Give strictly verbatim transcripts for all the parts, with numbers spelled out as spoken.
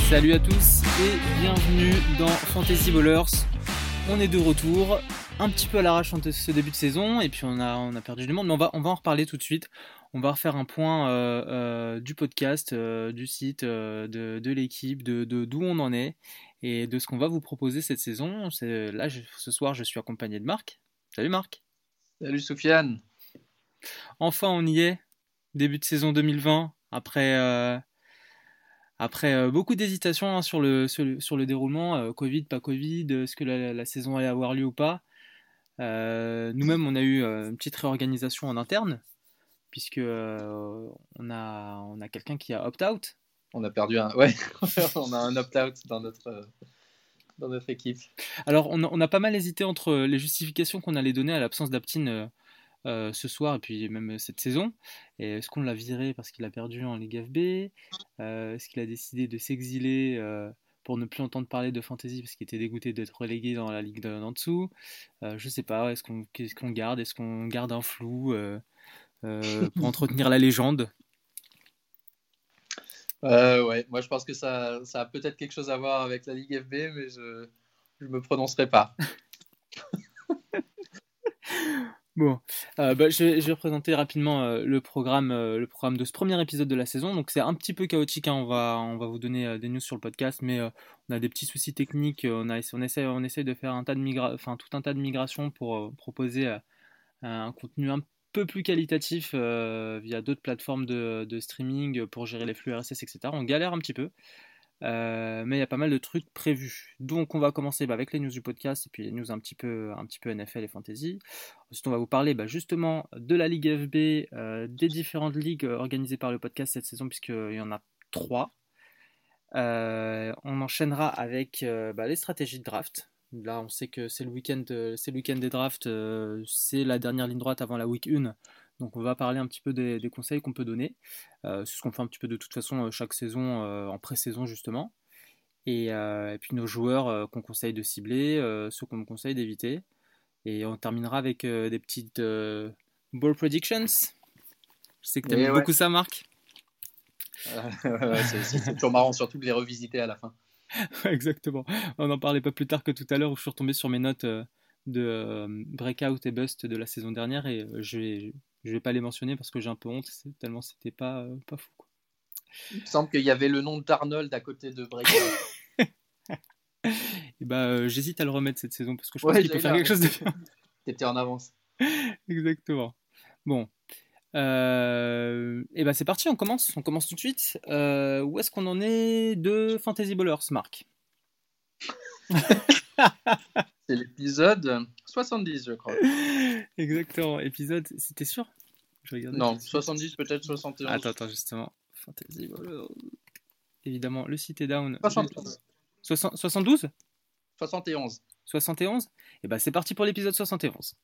Salut à tous et bienvenue dans Fantasy Ballers. On est de retour, un petit peu à l'arrache en ce début de saison et puis on a, on a perdu du monde, mais on va, on va en reparler tout de suite. On va refaire un point euh, euh, du podcast, euh, du site, euh, de, de l'équipe, de, de d'où on en est et de ce qu'on va vous proposer cette saison. C'est, là, je, ce soir, je suis accompagné de Marc. Salut Marc. Salut Soufiane. Enfin, on y est. Début de saison deux mille vingt, après... Euh, Après euh, beaucoup d'hésitations hein, sur, le, sur, le, sur le déroulement, euh, Covid, pas Covid, est-ce que la, la saison allait avoir lieu ou pas. Euh, nous-mêmes, on a eu euh, une petite réorganisation en interne, puisque euh, on a, on a quelqu'un qui a opt-out. On a perdu un, ouais, on a un opt-out dans notre, dans notre équipe. Alors, on a, on a pas mal hésité entre les justifications qu'on allait donner à l'absence d'Aptine euh, euh, ce soir et puis même cette saison. Et est-ce qu'on l'a viré parce qu'il a perdu en Ligue F B euh, Est-ce qu'il a décidé de s'exiler euh, pour ne plus entendre parler de fantasy parce qu'il était dégoûté d'être relégué dans la ligue d'en dessous? euh, Je sais pas, est-ce qu'on, qu'est-ce qu'on garde Est-ce qu'on garde un flou euh, euh, pour entretenir la légende? euh, Ouais, moi je pense que ça, ça a peut-être quelque chose à voir avec la Ligue F B, mais je ne me prononcerai pas. Bon, euh, bah, je, vais, je vais présenter rapidement euh, le programme, euh, le programme de ce premier épisode de la saison. Donc c'est un petit peu chaotique, hein. On va, on va vous donner euh, des news sur le podcast, mais euh, on a des petits soucis techniques. euh, On a, on essaie, on essaie de faire un tas de migra- enfin tout un tas de migrations pour euh, proposer euh, un contenu un peu plus qualitatif euh, via d'autres plateformes de, de streaming pour gérer les flux R S S, et cetera. On galère un petit peu. Euh, mais il y a pas mal de trucs prévus. Donc on va commencer bah, avec les news du podcast et puis les news un petit peu, un petit peu N F L et fantasy. Ensuite on va vous parler bah, justement de la Ligue F B, euh, des différentes ligues organisées par le podcast cette saison puisqu'il y en a trois. Euh, on enchaînera avec euh, bah, les stratégies de draft. Là on sait que c'est le week-end, euh, c'est le week-end des drafts, euh, c'est la dernière ligne droite avant la week un. Donc on va parler un petit peu des, des conseils qu'on peut donner. Euh, c'est ce qu'on fait un petit peu de toute façon euh, chaque saison euh, en pré-saison justement. Et, euh, et puis nos joueurs euh, qu'on conseille de cibler, euh, ceux qu'on conseille d'éviter. Et on terminera avec euh, des petites euh, ball predictions. Je sais que tu aimes ouais. beaucoup ça, Marc. Euh, ouais, c'est, c'est, c'est toujours marrant, surtout de les revisiter à la fin. Exactement. On n'en parlait pas plus tard que tout à l'heure où je suis retombé sur mes notes euh, de euh, breakout et bust de la saison dernière et euh, je vais, je vais pas les mentionner parce que j'ai un peu honte, c'est, tellement c'était pas, euh, pas fou, quoi. Il me semble qu'il y avait le nom d'Arnold à côté de Breakout. Et bah, euh, j'hésite à le remettre cette saison parce que je pense Ouais, qu'il peut faire là, quelque chose de bien. t'étais en avance. Exactement. Bon. Euh, et ben c'est parti, on commence, on commence tout de suite. Euh, où est-ce qu'on en est de Fantasy Ballers, Marc? C'est l'épisode soixante-dix, je crois. Exactement, épisode, c'était sûr? Je regardais. Non, soixante-dix, peut-être soixante et onze. Attends, attends, justement. Fantasy Ballers. Évidemment, le site est down. soixante-douze. soixante soixante-douze soixante et onze. soixante et onze. Et ben c'est parti pour l'épisode soixante et onze.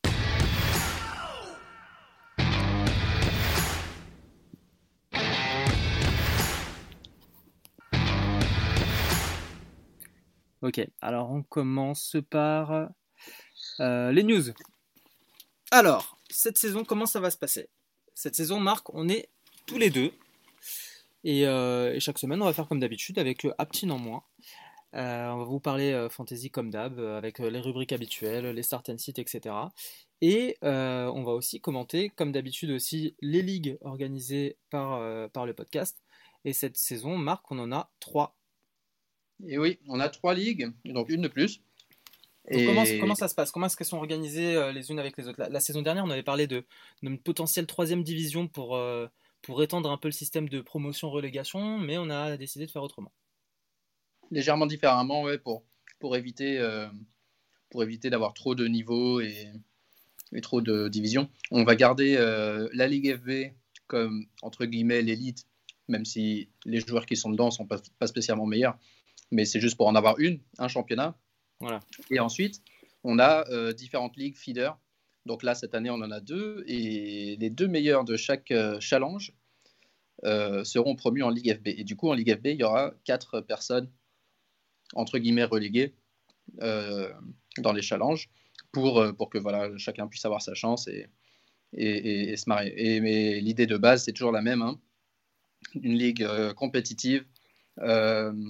Ok, alors on commence par euh, les news. Alors, cette saison, comment ça va se passer? Cette saison, Marc, on est tous les deux. Et, euh, et chaque semaine, on va faire comme d'habitude avec Aptine en moins. Euh, on va vous parler euh, fantasy comme d'hab, euh, avec euh, les rubriques habituelles, les start and sit, et cetera. Et euh, on va aussi commenter, comme d'habitude aussi, les ligues organisées par, euh, par le podcast. Et cette saison, Marc, on en a trois. Et oui, on a trois ligues, donc une de plus. Donc Et... comment, comment ça se passe? Comment est-ce qu'elles sont organisées euh, les unes avec les autres? la, la saison dernière, on avait parlé de, d'une potentielle troisième division pour, euh, pour étendre un peu le système de promotion-relégation, mais on a décidé de faire autrement. Légèrement différemment, ouais, pour, pour éviter, euh, pour éviter d'avoir trop de niveaux et, et trop de divisions. On va garder euh, la Ligue F B comme, entre guillemets, l'élite, même si les joueurs qui sont dedans ne sont pas, pas spécialement meilleurs, mais c'est juste pour en avoir une, un championnat. Voilà. Et ensuite, on a euh, différentes ligues feeder. Donc là, cette année, on en a deux, et les deux meilleurs de chaque euh, challenge euh, seront promus en Ligue F B. Et du coup, en Ligue F B, il y aura quatre personnes entre guillemets relégués euh, dans les challenges pour, euh, pour que voilà, chacun puisse avoir sa chance et, et, et, et se marrer. Et, mais l'idée de base, c'est toujours la même, hein. Une ligue euh, compétitive euh,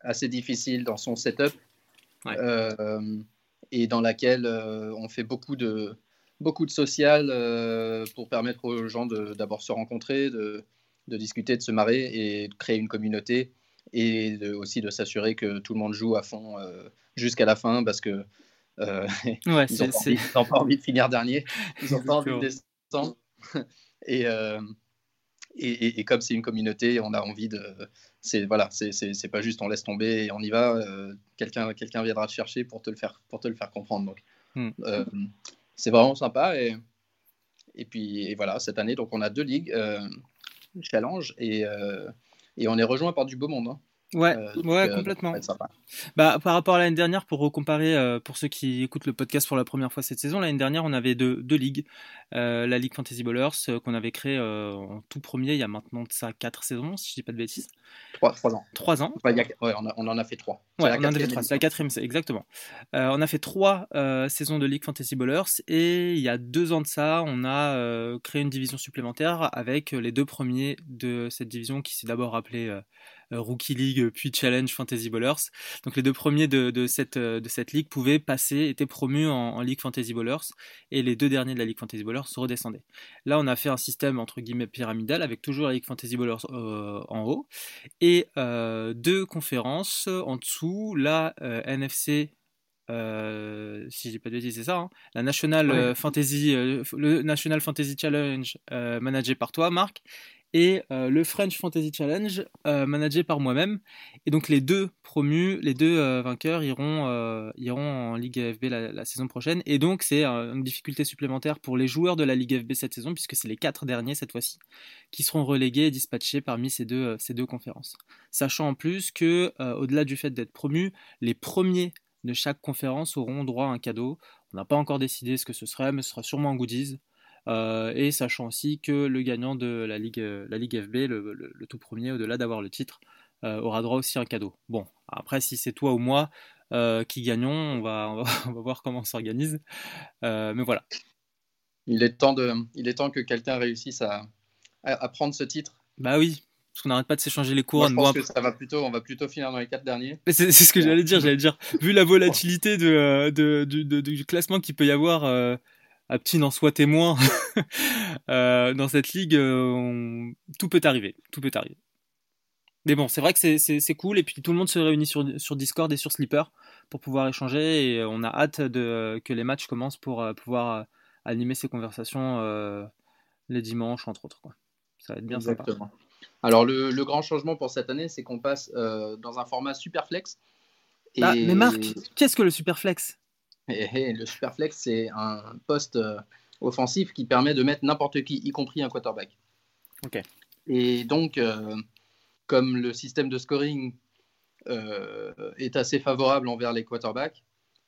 assez difficile dans son setup, ouais. euh, et dans laquelle euh, on fait beaucoup de, beaucoup de social euh, pour permettre aux gens de, d'abord se rencontrer, de, de discuter, de se marrer et de créer une communauté, et de, aussi de s'assurer que tout le monde joue à fond euh, jusqu'à la fin, parce que euh, Ouais, ils n'ont c'est, pas, c'est... pas envie de finir dernier, ils n'ont pas envie de Exactement. descendre. et, euh, et, et, et comme c'est une communauté, on a envie de. C'est, voilà, c'est, c'est, c'est pas juste on laisse tomber et on y va. Euh, quelqu'un, quelqu'un viendra te chercher pour te le faire, pour te le faire comprendre. Donc, Hmm. euh, c'est vraiment sympa. Et, et puis et voilà, cette année, donc on a deux ligues euh, challenge, et, euh, et on est rejoint par du beau monde. Hein. Ouais, Euh, donc, ouais, euh, donc, ça complètement. va être sympa. Bah, par rapport à l'année dernière, pour recomparer, euh, pour ceux qui écoutent le podcast pour la première fois cette saison, l'année dernière, on avait deux, deux ligues. Euh, la Ligue Fantasy Ballers, euh, qu'on avait créée euh, en tout premier, il y a maintenant de ça quatre saisons, si je dis pas de bêtises. Trois, trois ans. Trois ans. Enfin, il y a- ouais, on, a- on en a fait trois. C'est Ouais, la on en a fait quatrième trois, c'est la édition. quatrième, c'est exactement. Euh, on a fait trois euh, saisons de League Fantasy Ballers et il y a deux ans de ça, on a euh, créé une division supplémentaire avec les deux premiers de cette division qui s'est d'abord appelée euh, euh, Rookie League puis Challenge Fantasy Ballers. Donc les deux premiers de, de cette euh, de cette ligue pouvaient passer, étaient promus en, en League Fantasy Ballers et les deux derniers de la League Fantasy Ballers se redescendaient. Là, on a fait un système entre guillemets pyramidal avec toujours la League Fantasy Ballers euh, en haut et euh, deux conférences en dessous, la euh, N F C, euh, si j'ai pas de bêtises, c'est ça, hein, la National Ouais. euh, Fantasy, euh, le National Fantasy Challenge euh, managé par toi, Marc, et euh, le French Fantasy Challenge euh, managé par moi-même. Et donc les deux promus, les deux euh, vainqueurs iront, euh, iront en Ligue F B la, la saison prochaine. Et donc c'est euh, une difficulté supplémentaire pour les joueurs de la Ligue F B cette saison, puisque c'est les quatre derniers cette fois-ci qui seront relégués et dispatchés parmi ces deux, euh, ces deux conférences. Sachant en plus que, euh, au-delà du fait d'être promus, les premiers de chaque conférence auront droit à un cadeau. On n'a pas encore décidé ce que ce serait, mais ce sera sûrement un goodies. Euh, et sachant aussi que le gagnant de la Ligue, la Ligue F B, le, le, le tout premier, au-delà d'avoir le titre, euh, aura droit aussi à un cadeau. Bon, après, si c'est toi ou moi euh, qui gagnons, on va, on, va, on va voir comment on s'organise. Euh, mais voilà. Il est temps de, il est temps que quelqu'un réussisse à, à, à prendre ce titre. Bah oui, parce qu'on n'arrête pas de s'échanger les Moi, je couronnes. Bon, pense que après... ça va plutôt, on va plutôt finir dans les quatre derniers. c'est, c'est ce que Bon. j'allais dire. J'allais dire, vu la volatilité de, euh, de, de, de, du classement qu'il peut y avoir. Euh, Aptine en soit témoin euh, dans cette ligue, euh, on... tout peut arriver, tout peut arriver. Mais bon, c'est vrai que c'est, c'est, c'est cool et puis tout le monde se réunit sur, sur Discord et sur Sleeper pour pouvoir échanger et on a hâte de, que les matchs commencent pour euh, pouvoir euh, animer ces conversations euh, les dimanches entre autres, quoi. Ça va être bien sympa. Exactement. Alors le, le grand changement pour cette année, c'est qu'on passe euh, dans un format Superflex. Et... Ah, mais Marc, qu'est-ce que le Superflex? Et, et le Superflex, c'est un poste euh, offensif qui permet de mettre n'importe qui, y compris un quarterback. Ok. Et donc, euh, comme le système de scoring euh, est assez favorable envers les quarterbacks,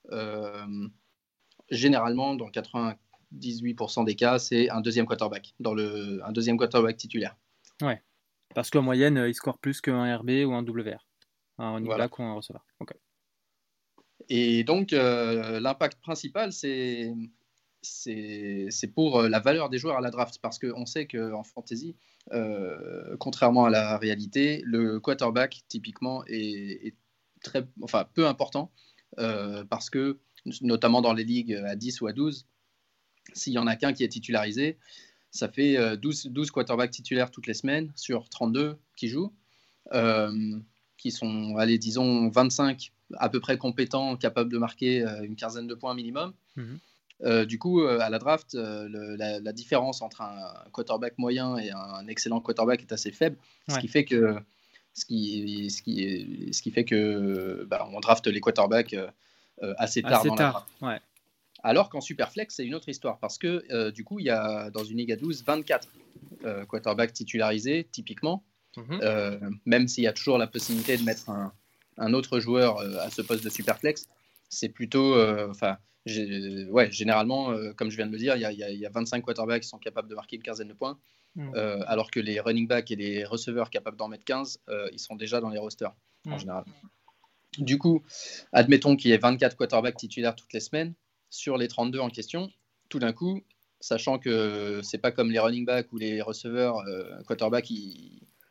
euh, généralement, dans quatre-vingt-dix-huit pour cent des cas, c'est un deuxième quarterback, dans le, un deuxième quarterback titulaire. Ouais. Parce qu'en moyenne, il score plus qu'un R B ou un W R. Un running Voilà. back ou un receveur. Ok. Et donc, euh, l'impact principal, c'est, c'est, c'est pour la valeur des joueurs à la draft. Parce qu'on sait qu'en fantasy, euh, contrairement à la réalité, le quarterback, typiquement, est, est très, enfin, peu important. Euh, parce que, notamment dans les ligues à dix ou à douze, s'il y en a qu'un qui est titularisé, ça fait douze, douze quarterbacks titulaires toutes les semaines sur trente-deux qui jouent, euh, qui sont, allez, disons, vingt-cinq à peu près compétents, capables de marquer euh, une quinzaine de points minimum. Mm-hmm. Euh, du coup, euh, à la draft, euh, le, la, la différence entre un quarterback moyen et un excellent quarterback est assez faible, Ouais. ce qui fait que, ce qui, ce qui, ce qui fait que bah, on draft les quarterbacks euh, assez tard Assez dans tard. la draft. Ouais. Alors qu'en Superflex, c'est une autre histoire parce que euh, du coup, il y a dans une ligue à douze, vingt-quatre euh, quarterbacks titularisés, typiquement, Mm-hmm. euh, même s'il y a toujours la possibilité de mettre un, un autre joueur euh, à ce poste de Superflex. C'est plutôt, enfin, euh, ouais, généralement, euh, comme je viens de le dire, il y, y, y a vingt-cinq quarterbacks qui sont capables de marquer une quinzaine de points, mm. euh, alors que les running backs et les receveurs capables d'en mettre quinze, euh, ils sont déjà dans les rosters, mm. en général. Du coup, admettons qu'il y ait vingt-quatre quarterbacks titulaires toutes les semaines. Sur les trente-deux en question, tout d'un coup, sachant que c'est pas comme les running backs ou les receveurs, euh, quarterback, il,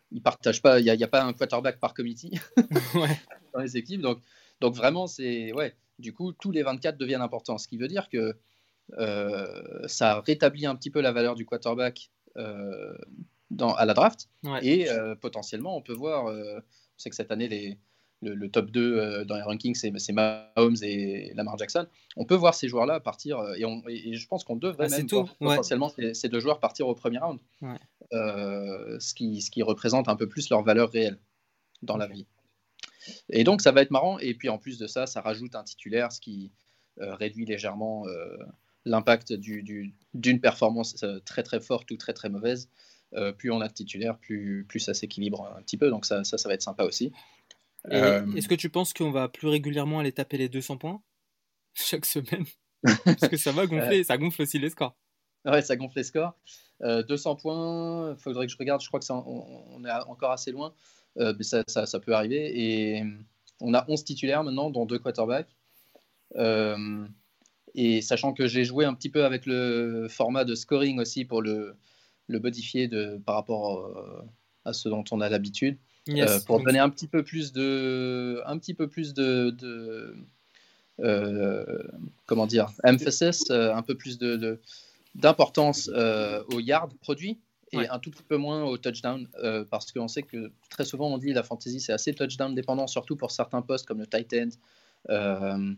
ils partagent pas, il n'y a, a pas un quarterback par committee ouais. dans les équipes. Donc, donc vraiment, c'est ouais. Du coup, tous les vingt-quatre deviennent importants, ce qui veut dire que euh, ça rétablit un petit peu la valeur du quarterback euh, dans, à la draft. Ouais. Et euh, potentiellement, on peut voir, euh, on sait que cette année, les, le, le top deux euh, dans les rankings, c'est, c'est Mahomes et Lamar Jackson. On peut voir ces joueurs-là partir, euh, et, on, et, je pense qu'on devrait bah, même tôt, voir ouais. potentiellement ces, ces deux joueurs partir au premier round, ouais. euh, ce, qui, ce qui représente un peu plus leur valeur réelle dans okay. la vie. Et donc, ça va être marrant. Et puis, en plus de ça, ça rajoute un titulaire, ce qui euh, réduit légèrement euh, l'impact du, du, d'une performance euh, très très forte ou très très mauvaise. Euh, plus on a de titulaires, plus, plus ça s'équilibre un petit peu. Donc, ça, ça, ça va être sympa aussi. Et Euh... est-ce que tu penses qu'on va plus régulièrement aller taper les deux cents points chaque semaine? Parce que ça va gonfler, ça gonfle aussi les scores. Ouais, ça gonfle les scores. Euh, deux cents points, il faudrait que je regarde, je crois que ça, on, on est encore assez loin, euh, mais ça, ça, ça peut arriver. Et on a onze titulaires maintenant, dont deux quarterbacks. Euh, et sachant que j'ai joué un petit peu avec le format de scoring aussi pour le, le modifier de, par rapport euh, à ce dont on a l'habitude, yes. euh, pour Donc, donner un petit peu plus de, un petit peu plus de, de euh, comment dire, emphasis, euh, un peu plus de, de d'importance euh, aux yards produits et ouais. un tout petit peu moins au touchdown euh, parce qu'on sait que très souvent on dit la fantasy c'est assez touchdown dépendant, surtout pour certains postes comme le tight end euh,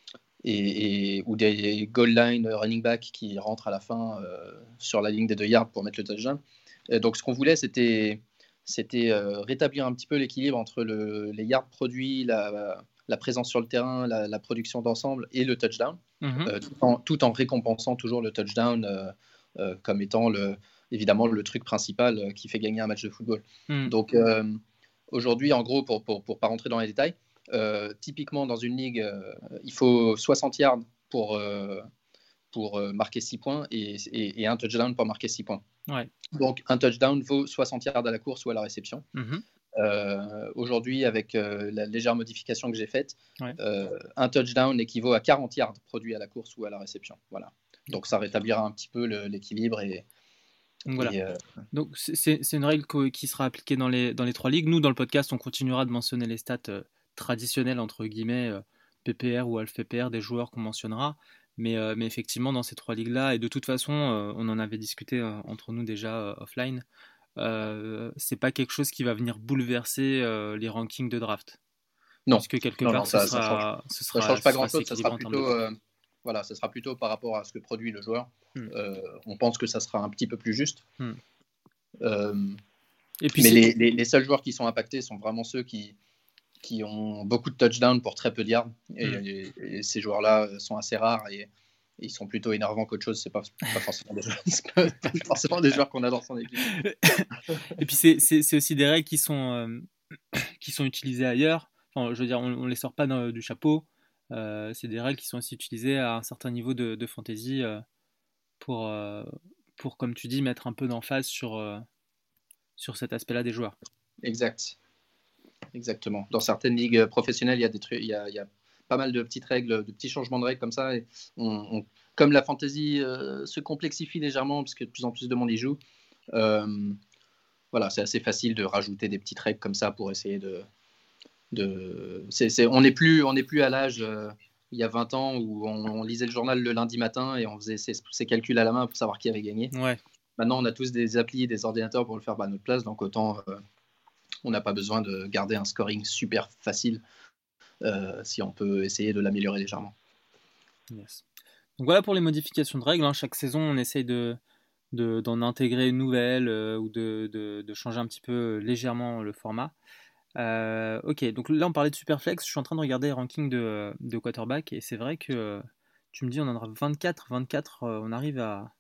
et, et, ou des goal line running back qui rentrent à la fin euh, sur la ligne des deux yards pour mettre le touchdown. Et donc ce qu'on voulait c'était, c'était euh, rétablir un petit peu l'équilibre entre le, les yards produits, la, la présence sur le terrain, la, la production d'ensemble et le touchdown. Mm-hmm. Euh, tout, en, tout en récompensant toujours le touchdown euh, euh, comme étant le, évidemment le truc principal euh, qui fait gagner un match de football. Mm. Donc euh, aujourd'hui, en gros, pour ne pour, pour pas rentrer dans les détails, euh, typiquement dans une ligue, euh, il faut soixante yards pour, euh, pour marquer six points et, et, et un touchdown pour marquer six points. Ouais. Donc un touchdown vaut soixante yards à la course ou à la réception. Mm-hmm. Euh, aujourd'hui, avec euh, la légère modification que j'ai faite, ouais. euh, un touchdown équivaut à quarante yards produits à la course ou à la réception. Voilà. Donc ça rétablira un petit peu le, l'équilibre. Et, Donc, voilà. et, euh... Donc c'est, c'est une règle qui sera appliquée dans les, dans les trois ligues. Nous, dans le podcast, on continuera de mentionner les stats euh, traditionnelles, entre guillemets, euh, P P R ou Half P P R des joueurs qu'on mentionnera. Mais, euh, mais effectivement, dans ces trois ligues-là, et de toute façon, euh, on en avait discuté euh, entre nous déjà euh, offline, euh, c'est pas quelque chose qui va venir bouleverser euh, les rankings de draft. Non, puisque quelque non, part, non, ce ça, sera, ça change, ce sera, ça change pas grand-chose. Ça sera plutôt, euh, voilà, ça sera plutôt par rapport à ce que produit le joueur. Hmm. Euh, on pense que ça sera un petit peu plus juste. Hmm. Euh, Et puis mais les, les, les seuls joueurs qui sont impactés sont vraiment ceux qui, qui ont beaucoup de touchdowns pour très peu de yards. Et, mmh. et, et ces joueurs-là sont assez rares et, et ils sont plutôt énervants qu'autre chose. C'est pas, pas forcément des joueurs, c'est pas forcément des joueurs qu'on a dans son équipe. Et puis c'est, c'est, c'est aussi des règles qui sont, euh, qui sont utilisées ailleurs. Enfin, je veux dire, on, on les sort pas dans, du chapeau. Euh, c'est des règles qui sont aussi utilisées à un certain niveau de, de fantasy euh, pour, euh, pour, comme tu dis, mettre un peu d'emphase sur, euh, sur cet aspect-là des joueurs. Exact. Exactement. Dans certaines ligues professionnelles, il y a des trucs, il y a, il y a pas mal de petites règles, de petits changements de règles comme ça. Et on, on, comme la fantasy euh, se complexifie légèrement parce que de plus en plus de monde y joue, euh, voilà, c'est assez facile de rajouter des petites règles comme ça pour essayer de. de c'est, c'est, on n'est plus, on n'est plus à l'âge euh, il y a vingt ans où on, on lisait le journal le lundi matin et on faisait ses, ses calculs à la main pour savoir qui avait gagné. Ouais. Maintenant, on a tous des applis, des ordinateurs pour le faire à notre place, donc autant. Euh, on n'a pas besoin de garder un scoring super facile euh, si on peut essayer de l'améliorer légèrement. Yes. Donc voilà pour les modifications de règles. Hein. Chaque saison, on essaye de, de, d'en intégrer une nouvelle euh, ou de, de, de changer un petit peu légèrement le format. Euh, ok, donc là on parlait de Superflex. Je suis en train de regarder les rankings de, de quarterback et c'est vrai que tu me dis on en aura vingt-quatre. vingt-quatre, euh, on arrive à,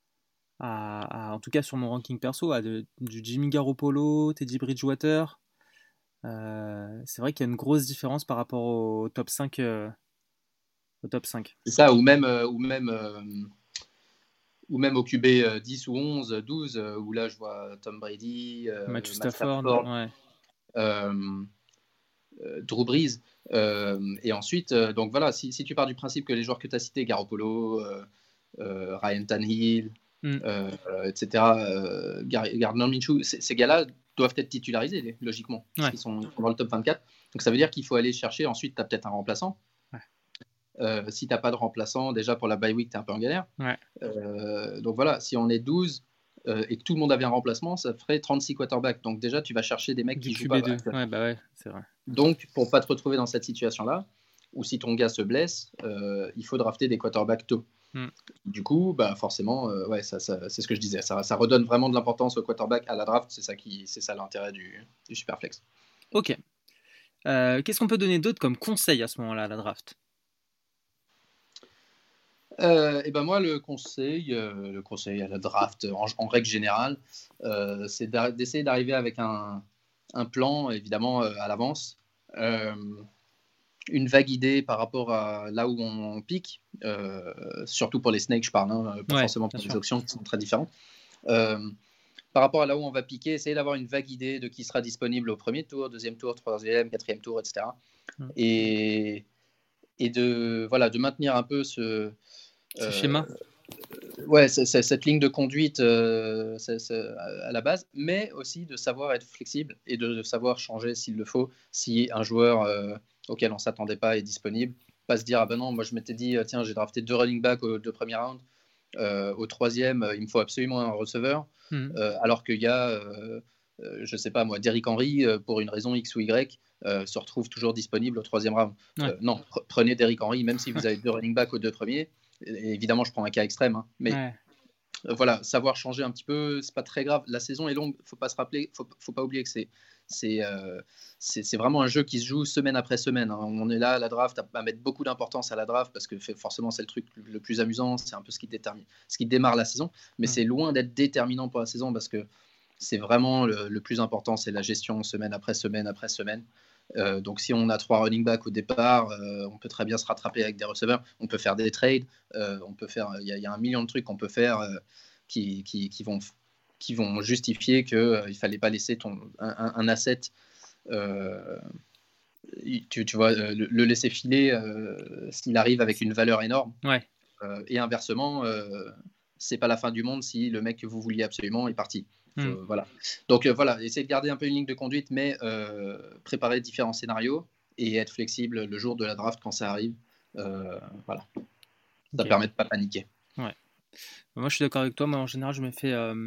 à, à, en tout cas sur mon ranking perso, à de, du Jimmy Garoppolo, Teddy Bridgewater. Euh, c'est vrai qu'il y a une grosse différence par rapport au top cinq. Euh, au top cinq. C'est ça, ou même, euh, ou même, euh, ou même au Q B euh, dix ou onze, douze, euh, où là je vois Tom Brady, euh, Matthew Matt Stafford, Stafford, ouais. euh, euh, Drew Brees. Euh, et ensuite, euh, donc voilà, si, si tu pars du principe que les joueurs que tu as cités, Garoppolo, euh, euh, Ryan Tannehill, Mm. euh, et cetera. Euh, Gar- Gardner Minshew, c- ces gars-là doivent être titularisés, logiquement, parce Ouais. qu'ils sont dans le top vingt-quatre. Donc ça veut dire qu'il faut aller chercher. Ensuite, tu as peut-être un remplaçant. Ouais. Euh, si tu n'as pas de remplaçant, déjà pour la bye week, tu es un peu en galère. Ouais. Euh, donc voilà, si on est douze euh, et que tout le monde avait un remplacement, ça ferait trente-six quarterbacks. Donc déjà, tu vas chercher des mecs Du qui jouent pas. Q B deux. Ouais, bah ouais, c'est vrai. Donc, pour pas te retrouver dans cette situation-là, ou si ton gars se blesse, euh, il faut drafter des quarterbacks tôt. Mm. Du coup, bah forcément, euh, ouais, ça, ça, c'est ce que je disais. Ça, ça redonne vraiment de l'importance au quarterback à la draft. C'est ça qui, c'est ça l'intérêt du, du Superflex. Ok. Euh, qu'est-ce qu'on peut donner d'autre comme conseil à ce moment-là à la draft? Euh, et ben moi, le conseil, euh, le conseil à la draft, en, en règle générale, euh, c'est d'a- d'essayer d'arriver avec un, un plan, évidemment, euh, à l'avance. Euh, une vague idée par rapport à là où on pique, euh, surtout pour les snakes, je parle, hein, pas Ouais, forcément bien pour les sûr. options qui sont très différentes. Euh, Par rapport à là où on va piquer, essayer d'avoir une vague idée de qui sera disponible au premier tour, deuxième tour, troisième, quatrième tour, et cetera. Mm. Et, et de, voilà, de maintenir un peu ce, Ce euh, schéma. ouais, c'est, c'est cette ligne de conduite euh, c'est, c'est à la base, mais aussi de savoir être flexible et de, de savoir changer s'il le faut, si un joueur euh, auquel on ne s'attendait pas est disponible. Pas se dire, ah ben non, moi je m'étais dit, tiens, j'ai drafté deux running backs aux deux premiers rounds, euh, au troisième, il me faut absolument un receveur, Mm. euh, alors qu'il y a, euh, euh, je sais pas moi, Derrick Henry, euh, pour une raison X ou Y, euh, se retrouve toujours disponible au troisième round. Ouais. Euh, non, pr- prenez Derrick Henry, même si Ouais. vous avez deux running backs aux deux premiers. Et évidemment, je prends un cas extrême, hein, mais Ouais. euh, voilà, savoir changer un petit peu, c'est pas très grave. La saison est longue, faut pas se rappeler, faut, faut pas oublier que c'est c'est euh, c'est c'est vraiment un jeu qui se joue semaine après semaine, hein. On est là à la draft à, à mettre beaucoup d'importance à la draft parce que fait, forcément c'est le truc le plus amusant, c'est un peu ce qui détermine, ce qui démarre la saison, mais Mm. c'est loin d'être déterminant pour la saison parce que c'est vraiment le, le plus important, c'est la gestion semaine après semaine après semaine. Euh, donc si on a trois running backs au départ, euh, on peut très bien se rattraper avec des receveurs, on peut faire des trades, euh, on peut faire, il y, y, a un million de trucs qu'on peut faire euh, qui, qui, qui, vont, qui vont justifier qu'il euh, ne fallait pas laisser ton, un, un asset, euh, tu, tu vois, le, le laisser filer euh, s'il arrive avec une valeur énorme. Ouais. Euh, et inversement, euh, c'est pas la fin du monde si le mec que vous vouliez absolument est parti. Faut, Mm. voilà. Donc euh, voilà, essayez de garder un peu une ligne de conduite, mais euh, préparer différents scénarios et être flexible le jour de la draft quand ça arrive. Euh, voilà, ça Ok. permet de pas paniquer. Ouais. Moi, je suis d'accord avec toi. Moi, en général, je me fais euh,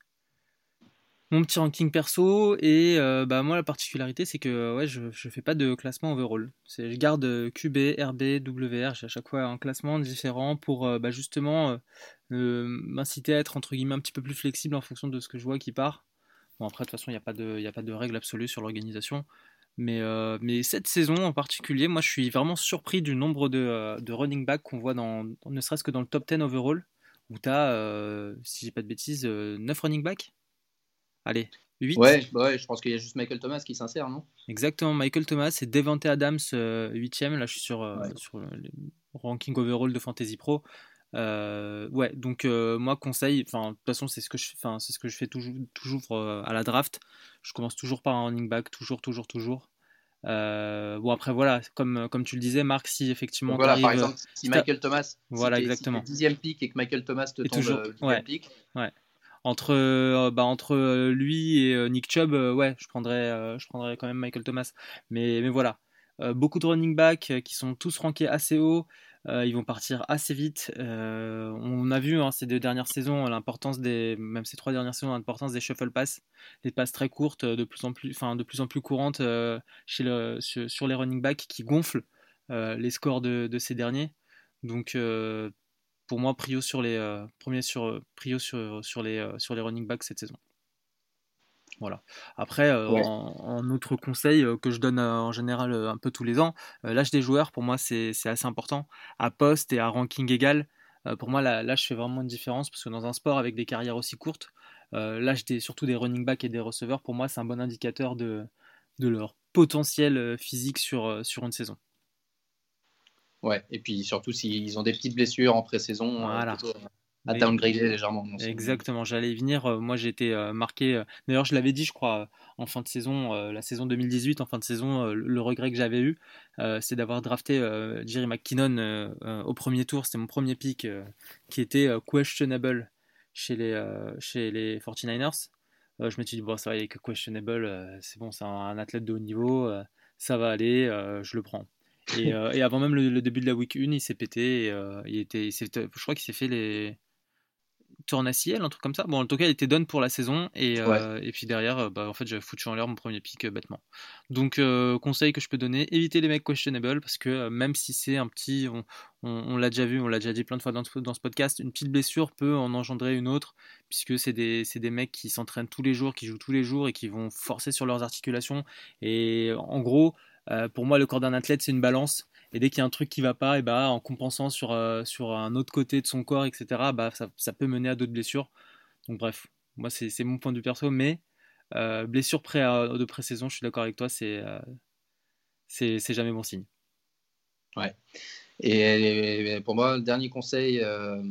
mon petit ranking perso et euh, bah moi, la particularité, c'est que ouais, je je fais pas de classement overall. C'est je garde euh, Q B, R B, W R. J'ai à chaque fois un classement différent pour euh, bah, justement euh, euh, m'inciter à être entre guillemets un petit peu plus flexible en fonction de ce que je vois qui part. Bon, après, de toute façon, il n'y a pas de, il y a pas de règle absolue sur l'organisation. Mais, euh, mais cette saison en particulier, moi, je suis vraiment surpris du nombre de, euh, de running back qu'on voit dans, ne serait-ce que dans le top dix overall, où tu as, euh, si j'ai pas de bêtises, euh, neuf running back. Allez, huit. Ouais, bah ouais, je pense qu'il y a juste Michael Thomas qui s'insère, non? Exactement, Michael Thomas et Devante Adams, euh, huitième. Là, je suis sur, euh, Ouais. sur les ranking overall de Fantasy Pro. Euh, ouais, donc euh, moi conseil, enfin de toute façon c'est ce que je, enfin c'est ce que je fais toujours, toujours euh, à la draft. Je commence toujours par un running back, toujours, toujours, toujours. Euh, bon après voilà, comme comme tu le disais, Marc, si Donc effectivement voilà, par t'arrives, exemple, si si t'as- Michael Thomas, si voilà tu es si t'es exactement, dixième pick et que Michael Thomas te et tombe toujours, euh, dixième ouais, pick, ouais. Entre euh, bah entre euh, lui et euh, Nick Chubb, euh, ouais, je prendrais, euh, je prendrais quand même Michael Thomas. Mais mais voilà. Euh, beaucoup de running back euh, qui sont tous rankés assez haut. Euh, ils vont partir assez vite. Euh, on a vu hein, ces deux dernières saisons l'importance des, même ces trois dernières saisons, l'importance des shuffle pass, des passes très courtes, euh, de plus en plus, enfin de plus en plus courantes euh, chez le, sur, sur les running backs qui gonflent euh, les scores de, de ces derniers. Donc euh, pour moi, prio sur les euh, premiers sur prio sur, sur les euh, sur les running backs cette saison. Voilà. Après, euh, ouais. en, en autre conseil euh, que je donne euh, en général euh, un peu tous les ans, euh, l'âge des joueurs pour moi c'est c'est assez important. À poste et à ranking égal, euh, pour moi là, l'âge fait vraiment une différence parce que dans un sport avec des carrières aussi courtes, euh, l'âge des surtout des running backs et des receveurs pour moi c'est un bon indicateur de de leur potentiel euh, physique sur euh, sur une saison. Ouais, et puis surtout s'ils ont des petites blessures en pré-saison, euh, Voilà. plutôt à Mais downgrader légèrement dans son... exactement, j'allais y venir. Euh, moi, j'ai été euh, marqué. euh, D'ailleurs, je l'avais dit, je crois, euh, en fin de saison, euh, la saison deux mille dix-huit, en fin de saison, euh, le le regret que j'avais eu, euh, c'est d'avoir drafté euh, Jerry McKinnon euh, euh, au premier tour. C'était mon premier pick euh, qui était euh, questionable. chez les, euh, chez les forty-niners. Euh, je me suis dit, bon, ça va, il est que questionable, euh, c'est bon, c'est un, un athlète de haut niveau, euh, ça va aller, euh, je le prends. Et, euh, et avant même le, le début de la week un, il s'est pété, et, euh, il était, il s'est- je crois qu'il s'est fait les tourne à ciel, un truc comme ça. Bon, en tout cas, il était done pour la saison. Et, Ouais. euh, et puis derrière, euh, bah, en fait, j'avais foutu en l'air mon premier pick euh, bêtement. Donc, euh, conseil que je peux donner, évitez les mecs questionable parce que euh, même si c'est un petit, on, on, on l'a déjà vu, on l'a déjà dit plein de fois dans ce, dans ce podcast, une petite blessure peut en engendrer une autre puisque c'est des, c'est des mecs qui s'entraînent tous les jours, qui jouent tous les jours et qui vont forcer sur leurs articulations. Et en gros, euh, pour moi, le corps d'un athlète, c'est une balance. Et dès qu'il y a un truc qui va pas, et bah, en compensant sur, euh, sur un autre côté de son corps, et cetera, bah, ça, ça peut mener à d'autres blessures. Donc bref, moi c'est c'est mon point de vue perso, mais euh, blessure pré de pré-saison, je suis d'accord avec toi, c'est euh, c'est c'est jamais bon signe. Ouais. Et, et pour moi, le dernier conseil euh,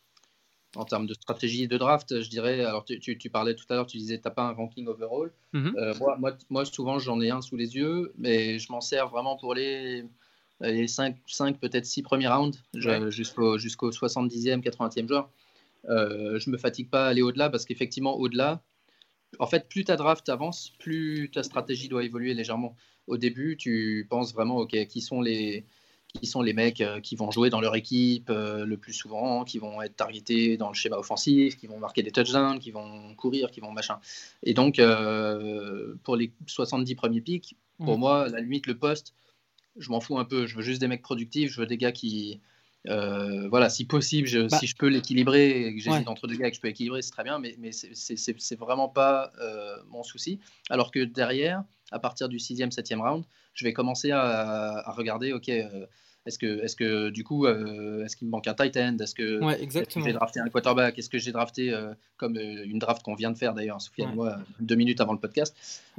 en termes de stratégie de draft, je dirais, alors tu, tu, tu parlais tout à l'heure, tu disais tu n'as pas un ranking overall. Mhm. Euh, moi, moi, moi, souvent, j'en ai un sous les yeux, mais je m'en sers vraiment pour les, les cinq, cinq peut-être six premiers rounds, Ouais. je- jusqu'au jusqu'au soixante-dixième, quatre-vingtième joueur. Euh, je me fatigue pas à aller au-delà parce qu'effectivement, au-delà, en fait, plus ta draft avance, plus ta stratégie doit évoluer légèrement. Au début, tu penses vraiment, ok, qui sont les, qui sont les mecs euh, qui vont jouer dans leur équipe euh, le plus souvent, qui vont être targetés dans le schéma offensif, qui vont marquer des touchdowns, qui vont courir, qui vont machin. Et donc, euh, pour les soixante-dix premiers pics, pour Mhm. moi, à la limite, le poste, je m'en fous un peu. Je veux juste des mecs productifs, je veux des gars qui. Euh, voilà, si possible, je- Bah si je peux l'équilibrer et que ouais. j'hésite entre deux gars et que je peux équilibrer, c'est très bien, mais, mais c'est- c'est c'est- c'est vraiment pas euh, mon souci. Alors que derrière, à partir du sixième, septième round, je vais commencer à, à regarder, ok, euh, est-ce que, est que du coup, euh, est-ce qu'il me manque un tight end? Est-ce que, Ouais, est-ce que j'ai exactement. drafté un quarterback? Est-ce que j'ai drafté, euh, comme euh, une draft qu'on vient de faire d'ailleurs, Sofiane et Ouais. moi, deux minutes avant le podcast,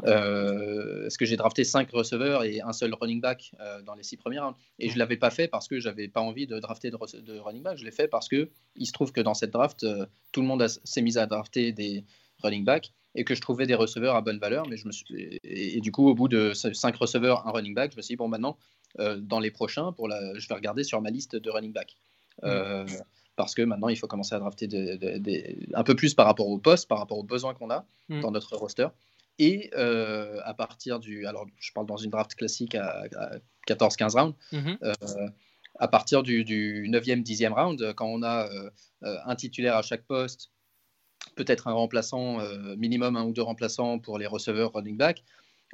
euh, est-ce que j'ai drafté cinq receveurs et un seul running back euh, dans les six premiers rounds? Et je Ouais. ne l'avais pas fait parce que j'avais pas envie de drafter de, de running back. Je l'ai fait parce que il se trouve que dans cette draft, euh, tout le monde a, s'est mis à drafter des running backs et que je trouvais des receveurs à bonne valeur. Mais je me suis, et, et du coup, au bout de cinq receveurs, un running back, je me suis dit, bon, maintenant, euh, dans les prochains, pour la, je vais regarder sur ma liste de running back. Mhm. Euh, parce que maintenant, il faut commencer à drafter de, de, de, un peu plus par rapport au poste, par rapport aux besoins qu'on a Mhm. dans notre roster. Et euh, à partir du. Alors, je parle dans une draft classique à, à quatorze quinze rounds. Mhm. Euh, à partir du, du neuvième, dixième round, quand on a euh, un titulaire à chaque poste, peut-être un remplaçant, euh, minimum un ou deux remplaçants pour les receveurs running back,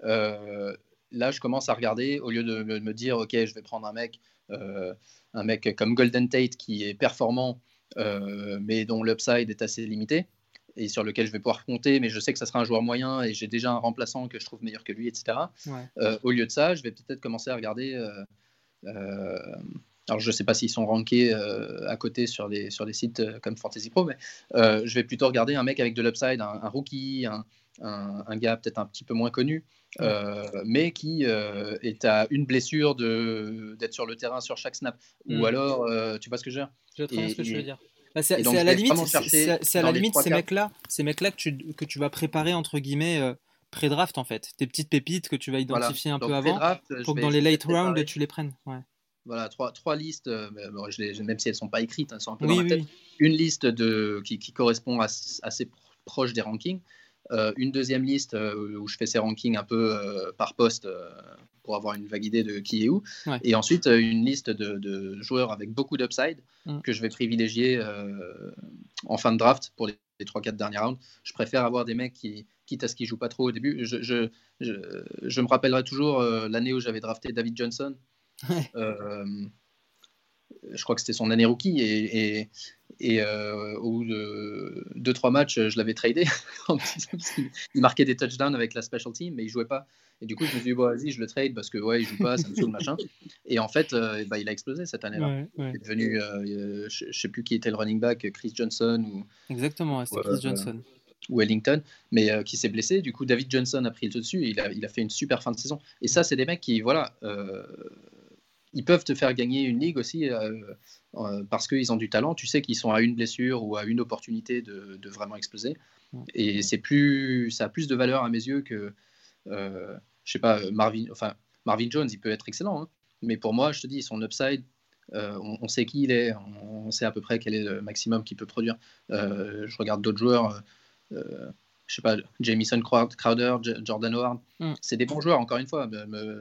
euh, là, je commence à regarder, au lieu de me, me dire, OK, je vais prendre un mec, euh, un mec comme Golden Tate qui est performant, euh, mais dont l'upside est assez limité et sur lequel je vais pouvoir compter, mais je sais que ça sera un joueur moyen et j'ai déjà un remplaçant que je trouve meilleur que lui, et cetera. Ouais. Euh, au lieu de ça, je vais peut-être commencer à regarder. Euh, euh, alors, je ne sais pas s'ils sont rankés euh, à côté sur des, sur des sites euh, comme Fantasy Pro, mais euh, je vais plutôt regarder un mec avec de l'upside, un, un rookie, un, un, un gars peut-être un petit peu moins connu, Ouais. euh, mais qui euh, est à une blessure de, d'être sur le terrain sur chaque snap. Ou Mhm. alors, euh, tu vois ce que je veux dire? Je vois très bien ce que tu Et, veux et, dire. Bah, c'est et c'est donc, à je la vais limite, vraiment c'est chercher c'est- c'est à la dans les limite trois ces quarts. mecs-là, ces mecs-là que tu, que tu vas préparer entre guillemets euh, pré-draft en fait. Tes petites pépites que tu vas Voilà. identifier un peu Donc, avant pré-draft, je pour que dans vais, les je vais late peut-être rounds préparer. tu les prennes. Ouais. Voilà, trois, trois listes, euh, bon, je les, même si elles ne sont pas écrites, elles sont un peu dans Oui, ma oui, tête. oui. Une liste de, qui, qui correspond à, assez pro- proche des rankings. Euh, une deuxième liste euh, où je fais ces rankings un peu euh, par poste euh, pour avoir une vague idée de qui est où. Ouais. Et ensuite, euh, une liste de, de joueurs avec beaucoup d'upside Mm. que je vais privilégier euh, en fin de draft pour les, les trois quatre derniers rounds. Je préfère avoir des mecs qui, quitte à ce qu'ils ne jouent pas trop au début. Je, je, je, je me rappellerai toujours euh, l'année où j'avais drafté David Johnson. Ouais. Euh, je crois que c'était son année rookie et, et, et euh, au bout de deux trois matchs, je l'avais tradé il marquait des touchdowns avec la special team, mais il jouait pas. Et du coup, je me suis dit, bon, vas-y, je le trade parce que ouais, il joue pas, ça me saoule, machin. Et en fait, euh, bah, il a explosé cette année-là. Ouais, Il ouais. est devenu, euh, je, je sais plus qui était le running back, Chris Johnson ou, Exactement, ouais, ou, c'était Chris euh, Johnson. ou Wellington, mais euh, qui s'est blessé. Du coup, David Johnson a pris le dessus et il a, il a fait une super fin de saison. Et ça, c'est des mecs qui, voilà, euh, ils peuvent te faire gagner une ligue aussi euh, euh, parce qu'ils ont du talent. Tu sais qu'ils sont à une blessure ou à une opportunité de, de vraiment exploser. Ouais. Et c'est plus, ça a plus de valeur à mes yeux que, euh, je sais pas, Marvin, enfin, Marvin Jones, il peut être excellent. Hein, mais pour moi, je te dis, son upside, Euh, on, on sait qui il est, on, on sait à peu près quel est le maximum qu'il peut produire. Euh, je regarde d'autres joueurs, euh, je sais pas, Jamison Crowder, J- Jordan Howard. Mm. C'est des bons joueurs, encore une fois. Me, me,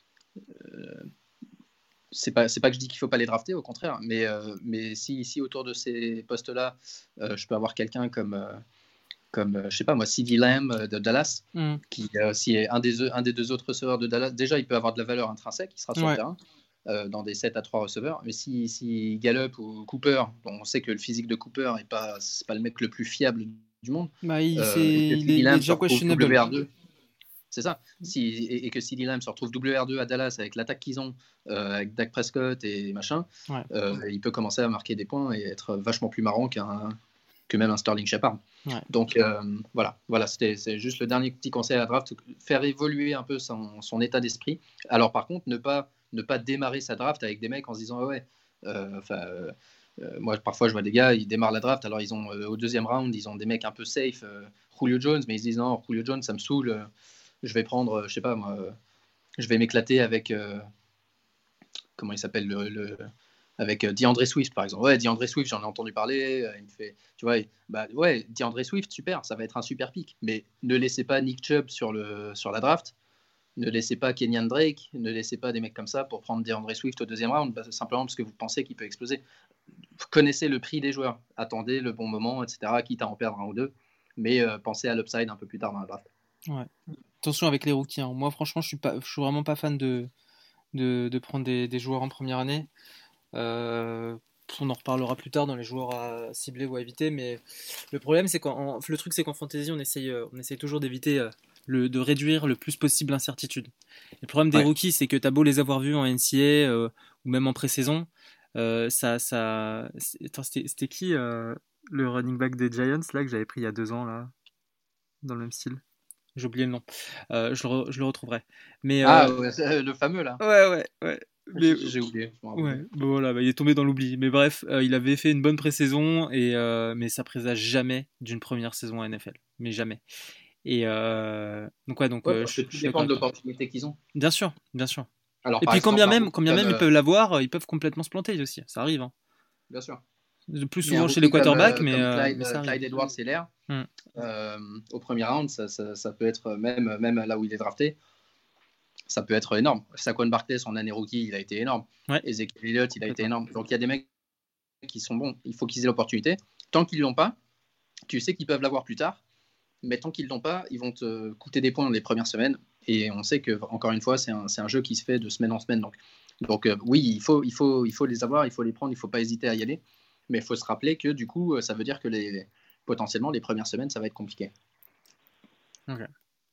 euh, c'est pas, c'est pas que je dis qu'il faut pas les drafter, au contraire. Mais, euh, mais si, si autour de ces postes-là, euh, je peux avoir quelqu'un comme, euh, comme euh, je sais pas moi, CeeDee Lamb euh, de Dallas, Mm. qui euh, si est un des, un des deux autres receveurs de Dallas, déjà il peut avoir de la valeur intrinsèque, il sera sur Ouais. le terrain. Euh, dans des sept à trois receveurs. Mais si, si Gallup ou Cooper, dont on sait que le physique de Cooper n'est pas, c'est pas le mec le plus fiable du monde, Bah, il, euh, et que il, est, CeeDee il est Lamb se déjà retrouve questionable. W R deux, c'est ça. Si, et, et que CeeDee Lamb se retrouve W R deux à Dallas avec l'attaque qu'ils ont, euh, avec Dak Prescott et machin, Ouais. euh, il peut commencer à marquer des points et être vachement plus marrant qu'un, que même un Sterling Shepard. Ouais. Donc euh, voilà, voilà c'était, c'est juste le dernier petit conseil à la draft, faire évoluer un peu son, son état d'esprit. Alors par contre, ne pas, ne pas démarrer sa draft avec des mecs en se disant ouais, enfin euh, euh, moi parfois je vois des gars, ils démarrent la draft, alors ils ont euh, au deuxième round, ils ont des mecs un peu safe, euh, Julio Jones, mais ils se disent non, Julio Jones ça me saoule, euh, je vais prendre, euh, je sais pas moi, euh, je vais m'éclater avec euh, comment il s'appelle le, le avec euh, DeAndre Swift par exemple. Ouais, DeAndre Swift, j'en ai entendu parler. Euh, il me fait, tu vois, bah ouais, DeAndre Swift, super, ça va être un super pick. Mais ne laissez pas Nick Chubb sur le sur la draft. Ne laissez pas Kenyan Drake. Ne laissez pas des mecs comme ça pour prendre DeAndre Swift au deuxième round, bah, simplement parce que vous pensez qu'il peut exploser. Vous connaissez le prix des joueurs. Attendez le bon moment, et cetera. Quitte à en perdre un ou deux, mais euh, pensez à l'upside un peu plus tard dans la draft. Ouais. Attention avec les rookies. Hein. Moi, franchement, je suis pas, je suis vraiment pas fan de, de, de prendre des, des joueurs en première année. Euh, on en reparlera plus tard dans les joueurs à cibler ou à éviter, mais le problème, c'est qu'en le truc, c'est qu'en fantasy, on essaye, euh, on essaye toujours d'éviter euh, le, de réduire le plus possible l'incertitude. Et le problème des Ouais. rookies, c'est que t'as beau les avoir vus en N C A A euh, ou même en pré-saison, euh, ça, ça, c'est- attends, c'était, c'était qui euh, le running back des Giants là que j'avais pris il y a deux ans là, dans le même style? J'ai oublié le nom. Euh, je, le re- je le retrouverai. Mais Ah, euh, ouais, c'est le fameux là. ouais, ouais, ouais. Mais J'ai oublié. Je m'en rappelle ouais, plus. bah voilà, bah il est tombé dans l'oubli. Mais bref, euh, il avait fait une bonne pré-saison, et, euh, mais ça présage jamais d'une première saison à N F L. Mais jamais. Et euh, donc, ouais, donc Ouais, euh, parce que je, je tout suis d'accord dépend de avec toi. l'opportunité qu'ils ont. Bien sûr, bien sûr. Alors, Et par puis, quand exemple, bien un même, rookie quand bien comme. même ils euh, peuvent l'avoir, euh, ils peuvent complètement se planter aussi. Ça arrive, hein. bien sûr. De plus Mais un souvent chez les rookie comme, quarterbacks, euh, mais, comme euh, Clyde, mais euh, ça arrive. Clyde Edwards-Helaire, Hmm. euh, au premier round, ça, ça, ça peut être, même, même là où il est drafté, ça peut être énorme. Saquon Barkley, son année rookie, il a été énorme. Ouais, Ezekiel Elliott, il a été complètement. énorme. Donc il y a des mecs qui sont bons. Il faut qu'ils aient l'opportunité. Tant qu'ils ne l'ont pas, tu sais qu'ils peuvent l'avoir plus tard. Mais tant qu'ils ne l'ont pas, ils vont te coûter des points les premières semaines. Et on sait que, encore une fois, c'est un, c'est un jeu qui se fait de semaine en semaine. Donc, donc euh, oui, il faut, il, faut, il faut les avoir, il faut les prendre, il ne faut pas hésiter à y aller. Mais il faut se rappeler que du coup, ça veut dire que les, les- potentiellement, les premières semaines, ça va être compliqué. Ok.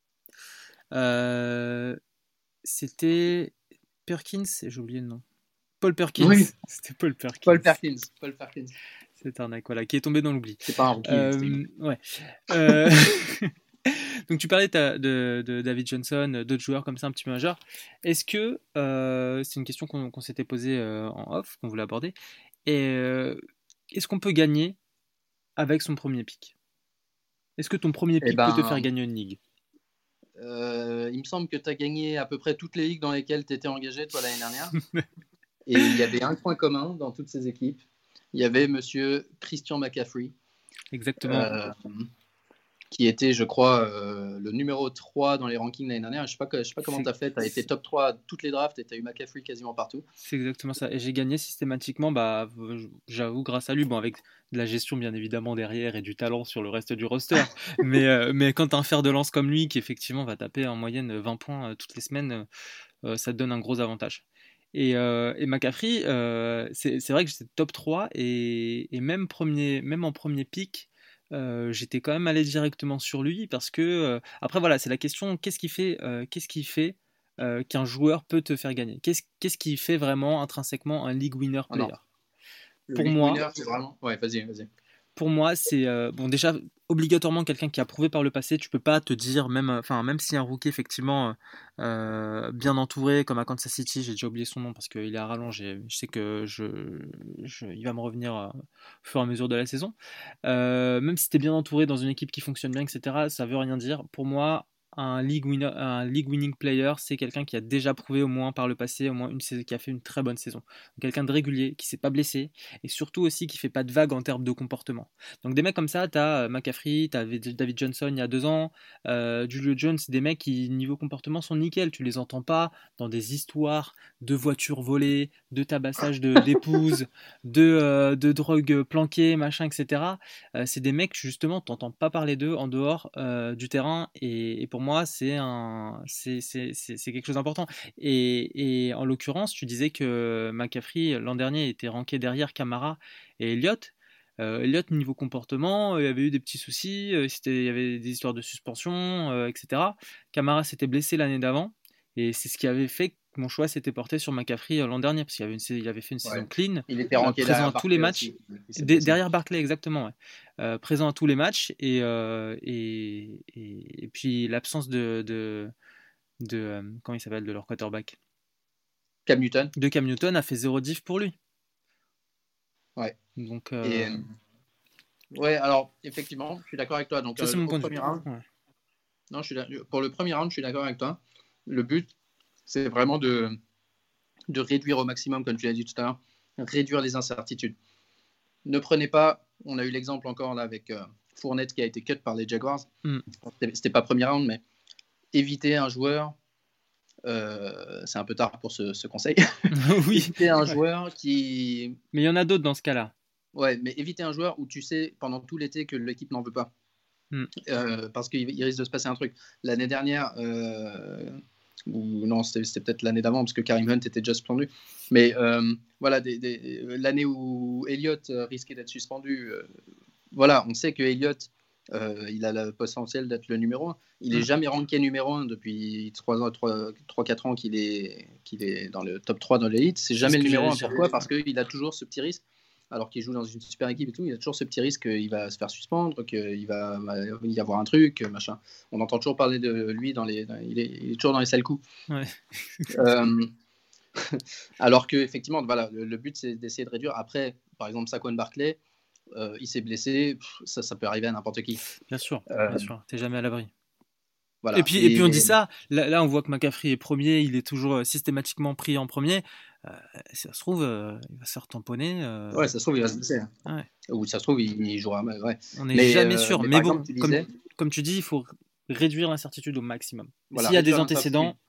Euh, c'était Perkins, j'ai oublié le nom. Paul Perkins. Oui, C'était Paul Perkins. Paul Perkins. Paul Perkins. C'est un voilà, qui est tombé dans l'oubli. C'est pas un rookie. Euh, ouais. Euh, Donc tu parlais de, de, de David Johnson, d'autres joueurs comme ça un petit peu majeurs. Est-ce que, euh, c'est une question qu'on qu'on s'était posée euh, en off, qu'on voulait aborder, et euh, est-ce qu'on peut gagner avec son premier pick? Est-ce que ton premier Eh pick peut te faire ben, gagner une ligue? euh, il me semble que tu as gagné à peu près toutes les ligues dans lesquelles tu étais engagé, toi, l'année dernière. Et il y avait un point commun dans toutes ces équipes. Il y avait monsieur Christian McCaffrey, Exactement. euh, qui était, je crois, euh, le numéro trois dans les rankings l'année dernière. Je ne sais, sais pas comment C'est tu as fait. Tu as été top trois à toutes les drafts et tu as eu McCaffrey quasiment partout. c'est exactement ça. Et j'ai gagné systématiquement, bah, j'avoue, grâce à lui, bon, avec de la gestion bien évidemment derrière et du talent sur le reste du roster. mais, euh, mais quand t'as un fer de lance comme lui, qui effectivement va taper en moyenne vingt points euh, toutes les semaines, euh, ça te donne un gros avantage. Et, euh, et McCaffrey, euh, c'est c'est vrai que j'étais top trois, et, et même, premier, même en premier pick, euh, j'étais quand même allé directement sur lui parce que, euh, après voilà, c'est la question, qu'est-ce qui fait, euh, qu'est-ce qui fait euh, qu'un joueur peut te faire gagner? Qu'est-ce qu'est-ce qui fait vraiment intrinsèquement un league winner Ah non, player? le Pour league moi, winner, c'est vraiment. Ouais, vas-y, vas-y. pour moi, c'est euh, bon déjà obligatoirement quelqu'un qui a prouvé par le passé. Tu peux pas te dire même, enfin même si un rookie effectivement euh, bien entouré comme à Kansas City, j'ai déjà oublié son nom parce qu'il est à rallonge. Et je sais que je, je- il va me revenir euh, au fur et à mesure de la saison. Euh, même si tu es bien entouré dans une équipe qui fonctionne bien, et cetera. Ça veut rien dire. Pour moi, un league, winner, un league winning player, c'est quelqu'un qui a déjà prouvé au moins par le passé, au moins une saison, qui a fait une très bonne saison. Donc, quelqu'un de régulier, qui s'est pas blessé, et surtout aussi qui fait pas de vagues en termes de comportement. Donc des mecs comme ça, tu as McCaffrey, tu as David Johnson il y a deux ans, euh, Julio Jones, des mecs qui niveau comportement sont nickel, tu les entends pas dans des histoires de voitures volées, de tabassage de, d'épouses, de, euh, de drogue planquée, machin, et cetera. Euh, c'est des mecs, justement, t'entends pas parler d'eux en dehors euh, du terrain, et, et pour moi, c'est, un, c'est, c'est, c'est, c'est quelque chose d'important. Et, et en l'occurrence, tu disais que McCaffrey, l'an dernier, était ranké derrière Camara et Elliott. Euh, Elliott, niveau comportement, euh, il avait eu des petits soucis, euh, c'était, il y avait des histoires de suspension, euh, et cetera. Camara s'était blessé l'année d'avant, et c'est ce qui avait fait que mon choix s'était porté sur McCaffrey euh, l'an dernier, parce qu'il avait, une, il avait fait une saison Ouais. clean, Il était euh, ranké présent derrière à tous les Barkley matchs, aussi. Il s'est D- blessé. derrière Barkley exactement, ouais. Euh, présent à tous les matchs, et, euh, et, et, et puis l'absence de, de, de euh, comment il s'appelle, de leur quarterback, Cam Newton. de Cam Newton a fait zéro diff pour lui. Ouais. Donc, Et euh, ouais, alors effectivement, je suis d'accord avec toi. Donc ça c'est euh, mon au point de vue. premier round, Ouais. non, je suis d'ac- pour le premier round, je suis d'accord avec toi. Le but, c'est vraiment de, de réduire au maximum, comme tu l'as dit tout à l'heure, réduire les incertitudes. Ne prenez pas, on a eu l'exemple encore là avec euh, Fournette qui a été cut par les Jaguars. Mm. C'était, c'était pas premier round, mais éviter un joueur, euh, c'est un peu tard pour ce, ce conseil. Oui. Éviter un Ouais. joueur qui, Mais il y en a d'autres dans ce cas-là. ouais, mais éviter un joueur où tu sais pendant tout l'été que l'équipe n'en veut pas. Mm. Euh, parce qu'il il risque de se passer un truc. L'année dernière, euh, ou non, c'était, c'était peut-être l'année d'avant, parce que Karim Hunt était déjà suspendu. Mais euh, voilà, des, des, l'année où Elliott risquait d'être suspendu, euh, voilà, on sait que Elliott, euh, il a le potentiel d'être le numéro un. Il n'est Mm. jamais ranké numéro un depuis trois quatre ans qu'il est, qu'il est dans le top trois dans l'élite. C'est C'est jamais ce le que numéro j'allais un. dire. Pourquoi ? Parce qu'il a toujours ce petit risque, alors qu'il joue dans une super équipe et tout, il a toujours ce petit risque qu'il va se faire suspendre, qu'il va y avoir un truc, machin. On entend toujours parler de lui, dans les, dans- il, est, il est toujours dans les sales coups. Ouais. Euh, alors que effectivement, voilà, le, le but c'est d'essayer de réduire. Après, par exemple, Saquon Barkley, euh, il s'est blessé, pff, ça, ça peut arriver à n'importe qui. Bien sûr, Euh, bien sûr. T'es jamais à l'abri. Et voilà. puis, et puis on dit Et ça, là, là on voit que McCaffrey est premier, il est toujours euh, systématiquement pris en premier. Euh, si ça se trouve, euh, il va se faire tamponner. euh, ouais, ça se trouve, il va se blesser. ouais. Ou ça se trouve, il, il jouera. Ouais. On n'est Mais, jamais euh, sûr. mais Mais par exemple, bon, tu comme, disais, comme tu dis, il faut réduire l'incertitude au maximum. voilà, S'il y a des réduire l'incertitude. antécédents,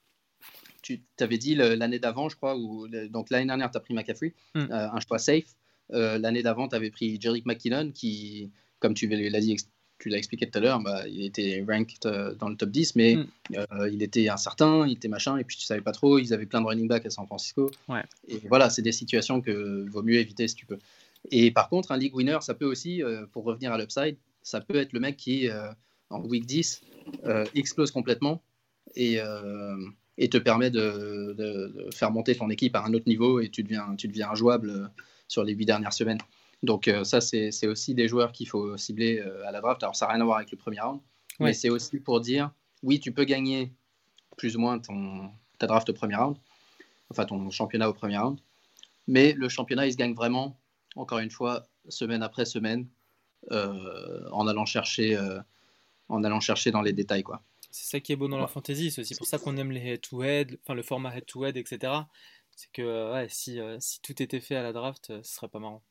Tu avais dit le- l'année d'avant, je crois, ou le- donc l'année dernière, tu as pris McCaffrey, hmm, euh, un choix safe. Euh, l'année d'avant, tu avais pris Jerick McKinnon, qui, comme tu l'as dit, ex- tu l'as expliqué tout à l'heure, bah, il était ranked euh, dans le top dix, mais hmm, euh, il était incertain, il était machin, et puis tu savais pas trop, ils avaient plein de running backs à San Francisco. ouais. Et voilà, c'est des situations que vaut mieux éviter si tu peux. Et par contre, un league winner, ça peut aussi, euh, pour revenir à l'upside, ça peut être le mec qui, euh, en week dix, euh, explose complètement et, euh, et te permet de, de- de faire monter ton équipe à un autre niveau et tu deviens, tu deviens injouable euh, sur les huit dernières semaines. Donc euh, ça, c'est c'est aussi des joueurs qu'il faut cibler euh, à la draft. Alors ça n'a rien à voir avec le premier round, mais Ouais. c'est aussi pour dire, oui, tu peux gagner plus ou moins ton, ta draft au premier round, enfin ton championnat au premier round, mais le championnat, il se gagne vraiment, encore une fois, semaine après semaine, euh, en, allant chercher, euh, en allant chercher dans les détails, quoi. C'est ça qui est beau dans la Ouais. fantasy. C'est aussi pour ça qu'on aime les head-to-head, enfin le format head-to-head, et cetera. C'est que euh, ouais, si, euh, si tout était fait à la draft, euh, ce serait pas marrant.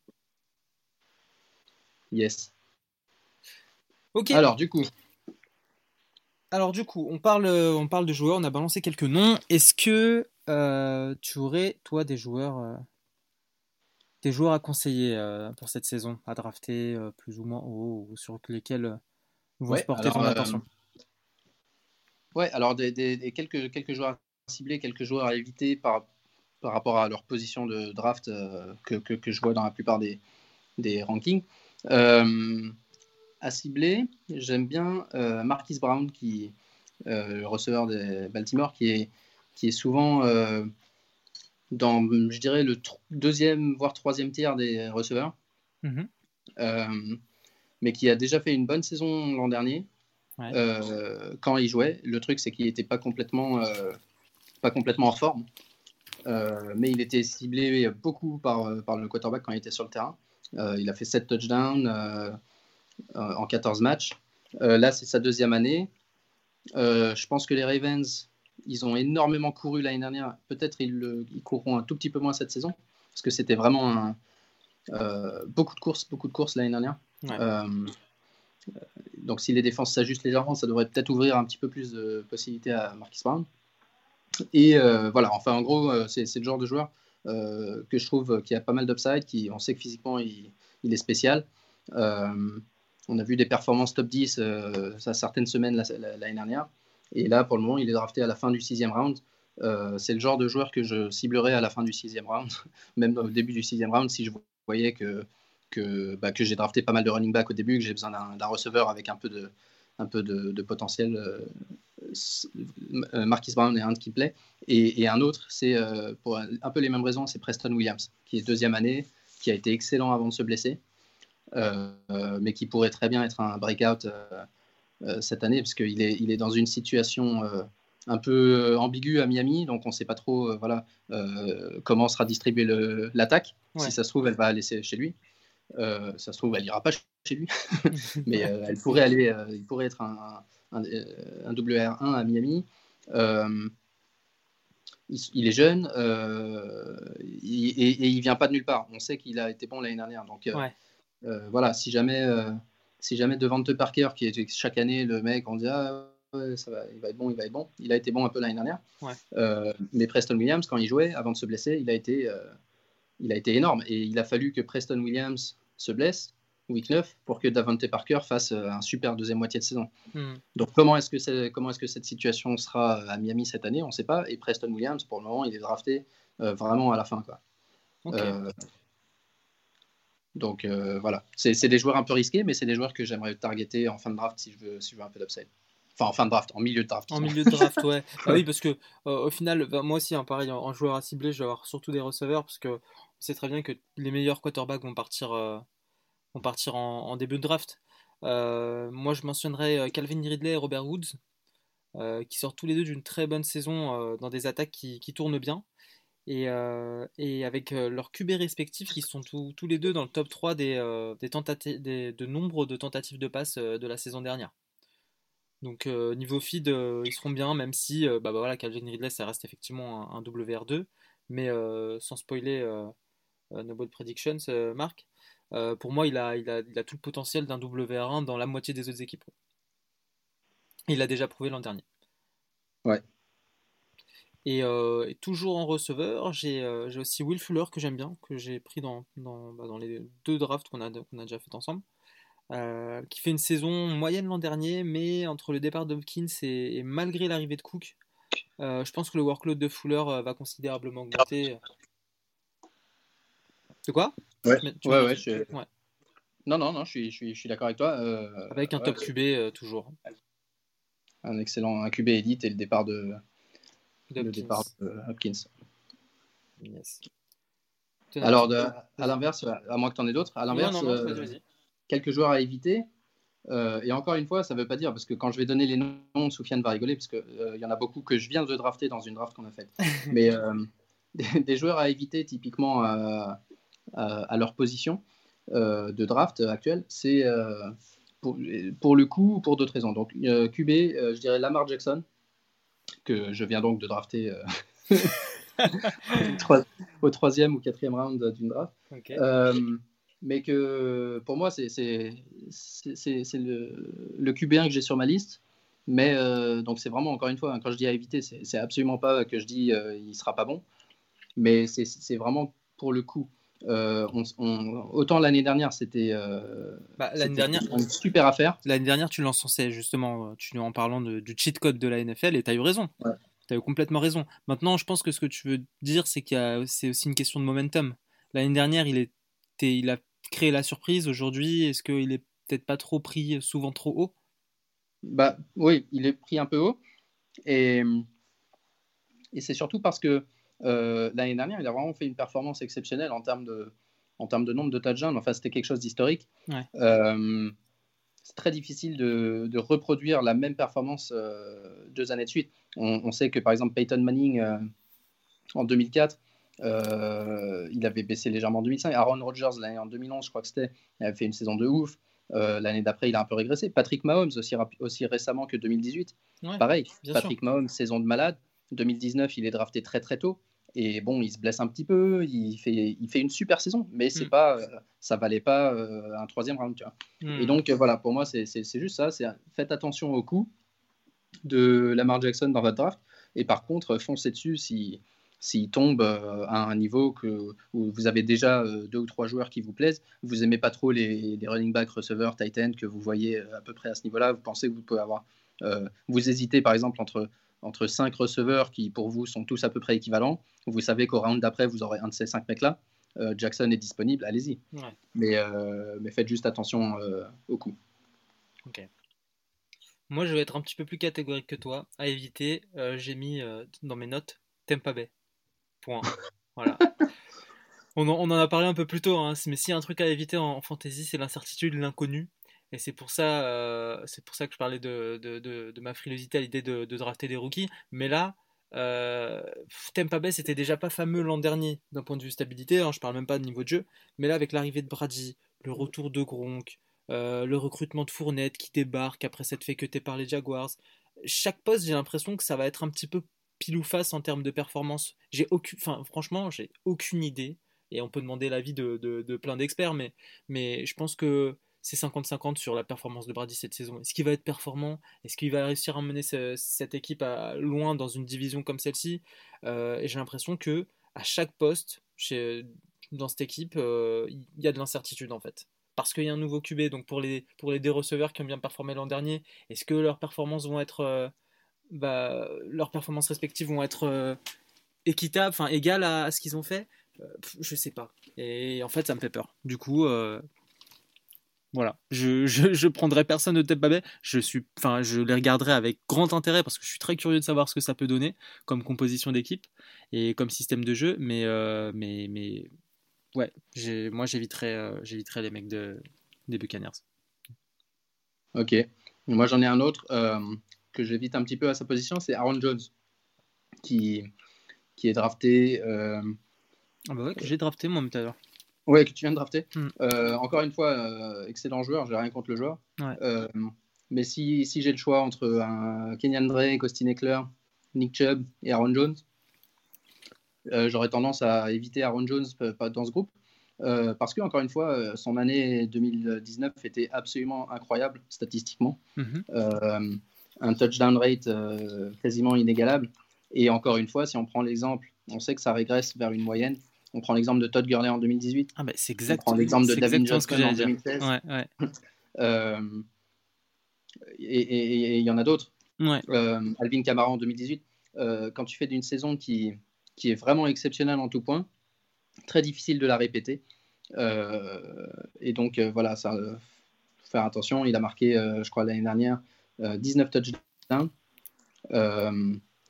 Yes. Ok, Alors, du coup, alors du coup, on parle, euh, on parle de joueurs, on a balancé quelques noms. Est-ce que euh, tu aurais, toi, des joueurs, euh, des joueurs à conseiller euh, pour cette saison, à drafter euh, plus ou moins haut, ou sur lesquels euh, vont se ouais, porter alors, ton euh, attention? ouais, alors des, des- des quelques, quelques joueurs à cibler, quelques joueurs à éviter par, par rapport à leur position de draft euh, que, que, que je vois dans la plupart des, des rankings. Euh, à cibler, j'aime bien euh, Marquise Brown, qui, euh, le receveur de Baltimore, qui est, qui est souvent euh, dans, je dirais, le tr- deuxième, voire troisième tiers des receveurs, Mhm. euh, mais qui a déjà fait une bonne saison l'an dernier. Ouais. Euh, quand il jouait, le truc c'est qu'il n'était pas complètement, euh, pas complètement en forme, euh, mais il était ciblé beaucoup par, par le quarterback quand il était sur le terrain. Euh, il a fait sept touchdowns euh, en quatorze matchs. Euh, là, c'est sa deuxième année. Euh, je pense que les Ravens, ils ont énormément couru l'année dernière. Peut-être ils, ils courront un tout petit peu moins cette saison, parce que c'était vraiment un, euh, beaucoup de courses, beaucoup de courses l'année dernière. Ouais. Euh, donc si les défenses s'ajustent légèrement, ça devrait peut-être ouvrir un petit peu plus de possibilités à Marquise Brown. Et euh, voilà, enfin en gros, euh, c'est, c'est le genre de joueur euh, que je trouve qui a pas mal d'upside, qui, on sait que physiquement il, il est spécial. Euh, on a vu des performances top dix euh, à certaines semaines la, la, l'année dernière. Et là, pour le moment, il est drafté à la fin du sixième round. Euh, c'est le genre de joueur que je ciblerais à la fin du sixième round, même au début du sixième round, si je voyais que, que, bah, que j'ai drafté pas mal de running back au début, que j'ai besoin d'un, d'un receveur avec un peu de, un peu de, de potentiel. Euh, Marquise Brown est un qui me plaît. Et, et un autre, c'est euh, pour un peu les mêmes raisons, c'est Preston Williams, qui est deuxième année, qui a été excellent avant de se blesser, euh, mais qui pourrait très bien être un breakout euh, euh, cette année, parce qu'il est, il est dans une situation euh, un peu ambiguë à Miami, donc on ne sait pas trop euh, voilà, euh, comment sera distribuée le, l'attaque. Ouais. Si ça se trouve, elle va laisser chez lui. Euh, ça se trouve, elle n'ira pas chez lui, mais euh, elle pourrait aller, euh, il pourrait être un, un, un W R un à Miami. Euh, il, il est jeune euh, il, et, et il vient pas de nulle part. On sait qu'il a été bon l'année dernière, donc euh, ouais. euh, voilà. Si jamais, euh, si jamais Devante Parker, qui est chaque année le mec, on dit ah, ouais, ça va, il va être bon, il va être bon. Il a été bon un peu l'année dernière. Ouais. Euh, mais Preston Williams, quand il jouait, avant de se blesser, il a été, euh, il a été énorme. Et il a fallu que Preston Williams se blesse week neuf pour que Devante Parker fasse un super deuxième moitié de saison. Mm. Donc comment est-ce que c'est, comment est-ce que cette situation sera à Miami cette année, on ne sait pas. Et Preston Williams, pour le moment, il est drafté euh, vraiment à la fin, quoi. Okay. Euh, donc euh, voilà, c'est, c'est des joueurs un peu risqués, mais c'est des joueurs que j'aimerais targeter en fin de draft si je veux, si je veux un peu d'upside. Enfin, en fin de draft, en milieu de draft. En milieu de draft, ouais. Bah oui, parce que euh, au final, bah, moi aussi, hein, pareil, en, en joueur à cibler, je vais avoir surtout des receveurs, parce que on sait très bien que les meilleurs quarterbacks vont partir, euh, vont partir en, en début de draft. Euh, moi, je mentionnerais Calvin Ridley et Robert Woods, euh, qui sortent tous les deux d'une très bonne saison euh, dans des attaques qui, qui tournent bien. Et, euh, et avec euh, leurs Q B respectifs qui sont tous, tous les deux dans le top trois des, euh, des tentati- des, de nombre de tentatives de passe euh, de la saison dernière. Donc euh, niveau feed, euh, ils seront bien, même si euh, bah, bah, voilà, Calvin Ridley, ça reste effectivement un, un W R deux. Mais euh, sans spoiler euh, euh, No Bold Predictions, euh, Marc, euh, pour moi, il a, il, a, il a tout le potentiel d'un W R un dans la moitié des autres équipes. Il l'a déjà prouvé l'an dernier. Ouais. Et, euh, et toujours en receveur, j'ai, euh, j'ai aussi Will Fuller que j'aime bien, que j'ai pris dans, dans, bah, dans les deux drafts qu'on a, qu'on a déjà fait ensemble, euh, qui fait une saison moyenne l'an dernier, mais entre le départ d'Hopkins et, et malgré l'arrivée de Cook, euh, je pense que le workload de Fuller euh, va considérablement augmenter. De quoi? Ouais, tu tu ouais, ouais, je... ouais. Non, non, non, je suis, je suis, je suis d'accord avec toi. Euh, Avec un ouais, top Q B euh, toujours. Un excellent un Q B élite et le départ de, le départ de Hopkins. Yes. Alors, de, à l'inverse, à moins que tu en aies d'autres, à l'inverse, non, non, non, vas-y, vas-y. Euh, quelques joueurs à éviter. Euh, et encore une fois, ça ne veut pas dire, parce que quand je vais donner les noms, Soufiane va rigoler, parce qu'il euh, y en a beaucoup que je viens de drafter dans une draft qu'on a faite. Mais euh, des, des joueurs à éviter, typiquement à, à, à leur position euh, de draft actuelle, c'est euh, pour, pour le coup ou pour d'autres raisons. Donc, euh, Q B, euh, je dirais Lamar Jackson, que je viens donc de drafter euh, au troisième ou quatrième round d'une draft. Okay. Euh, mais que pour moi, c'est, c'est, c'est, c'est le, le Q B un que j'ai sur ma liste. Mais euh, donc, c'est vraiment, encore une fois, hein, quand je dis à éviter, c'est, c'est absolument pas que je dis euh, il sera pas bon. Mais c'est, c'est vraiment pour le coup. Euh, on, on, autant l'année dernière, c'était, euh, bah, l'année c'était dernière, une super affaire. L'année dernière, tu l'encensais justement tu, en parlant de, du cheat code de la N F L et tu as eu raison. Ouais. Tu as eu complètement raison. Maintenant, je pense que ce que tu veux dire, c'est qu'il y a, c'est aussi une question de momentum. L'année dernière, il, était, il a créé la surprise. Aujourd'hui, est-ce qu'il est peut-être pas trop pris souvent trop haut? Bah oui, il est pris un peu haut. Et, et c'est surtout parce que euh, l'année dernière, il a vraiment fait une performance exceptionnelle en termes de, en termes de nombre de touchdowns. Enfin, c'était quelque chose d'historique. Ouais. Euh, c'est très difficile de, de reproduire la même performance euh, deux années de suite. On, on, sait que par exemple Peyton Manning euh, en deux mille quatre, euh, il avait baissé légèrement en deux mille cinq. Aaron Rodgers l'année en deux mille onze, je crois que c'était, il avait fait une saison de ouf. Euh, l'année d'après, il a un peu régressé. Patrick Mahomes, aussi, aussi récemment que deux mille dix-huit. Ouais, pareil, Patrick sûr. Mahomes, saison de malade. deux mille dix-neuf, il est drafté très très tôt. Et bon, il se blesse un petit peu, il fait, il fait une super saison, mais c'est mm. pas, euh, ça valait pas euh, un troisième round. Tu vois. Mm. Et donc, euh, voilà, pour moi, c'est, c'est, c'est juste ça. C'est, faites attention au coup de Lamar Jackson dans votre draft. Et par contre, foncez dessus si, s'il tombe euh, à un niveau que, où vous avez déjà euh, deux ou trois joueurs qui vous plaisent, vous n'aimez pas trop les, les running back, receveurs, tight end que vous voyez à peu près à ce niveau-là, vous pensez que vous pouvez avoir... Euh, vous hésitez par exemple entre, entre cinq receveurs qui pour vous sont tous à peu près équivalents, vous savez qu'au round d'après vous aurez un de ces cinq mecs-là, euh, Jackson est disponible, allez-y. Ouais. Mais, euh, mais faites juste attention euh, au coup. Ok. Moi je vais être un petit peu plus catégorique que toi, à éviter, euh, j'ai mis euh, dans mes notes Tampa Bay. Point. Voilà. On en, on en a parlé un peu plus tôt, hein, mais s'il y a un truc à éviter en, en fantasy, c'est l'incertitude, l'inconnu. Et c'est pour ça, euh, c'est pour ça que je parlais de, de, de, de ma frilosité à l'idée de, de drafter des rookies. Mais là, euh, Tampa Bay, c'était déjà pas fameux l'an dernier d'un point de vue stabilité. Hein, je parle même pas de niveau de jeu. Mais là, avec l'arrivée de Brady, le retour de Gronk, euh, le recrutement de Fournette qui débarque après s'être fait cutter par les Jaguars, chaque poste, j'ai l'impression que ça va être un petit peu pile ou face en termes de performance. J'ai aucune, enfin, franchement, j'ai aucune idée. Et on peut demander l'avis de, de, de plein d'experts, mais, mais je pense que c'est cinquante cinquante sur la performance de Brady cette saison. Est-ce qu'il va être performant? Est-ce qu'il va réussir à mener ce, cette équipe à, loin dans une division comme celle-ci? euh, Et j'ai l'impression que à chaque poste chez, dans cette équipe, il euh, y a de l'incertitude en fait. Parce qu'il y a un nouveau Q B, donc pour les, pour les deux receveurs qui ont bien performé l'an dernier, est-ce que leurs performances vont être... Euh, bah, leurs performances respectives vont être euh, équitables, enfin égales à, à ce qu'ils ont fait? euh, Je sais pas. Et en fait, ça me fait peur. Du coup, euh, voilà. Je, je, je prendrai personne de Tampa Bay. Je suis, enfin, je les regarderai avec grand intérêt parce que je suis très curieux de savoir ce que ça peut donner comme composition d'équipe et comme système de jeu. Mais, euh, mais, mais, ouais. J'ai, moi, j'éviterais, euh, j'éviterais les mecs de, des Buccaneers. Ok. Moi, j'en ai un autre euh, que j'évite un petit peu à sa position, c'est Aaron Jones, qui, qui est drafté. Euh... Ah bah ouais, que j'ai drafté moi tout à l'heure. Ouais, que tu viens de drafter. Mm. Euh, encore une fois, euh, excellent joueur, j'ai rien contre le joueur. Ouais. Euh, mais si, si j'ai le choix entre un Kenyan Drake, Austin Eckler, Nick Chubb et Aaron Jones, euh, j'aurais tendance à éviter Aaron Jones dans ce groupe. Euh, parce que, encore une fois, son année deux mille dix-neuf était absolument incroyable statistiquement. Mm-hmm. Euh, un touchdown rate euh, quasiment inégalable. Et encore une fois, si on prend l'exemple, on sait que ça régresse vers une moyenne. On prend l'exemple de Todd Gurley en deux mille dix-huit. Ah bah c'est exact, on prend l'exemple de Davin Johnson en deux mille seize. Ouais, ouais. euh, et il y en a d'autres. Ouais. Euh, Alvin Kamara en deux mille dix-huit. Euh, quand tu fais d'une saison qui, qui est vraiment exceptionnelle en tout point, très difficile de la répéter. Euh, et donc, euh, voilà, ça, euh, faut faire attention. Il a marqué, euh, je crois, l'année dernière, euh, dix-neuf touchdowns. Euh,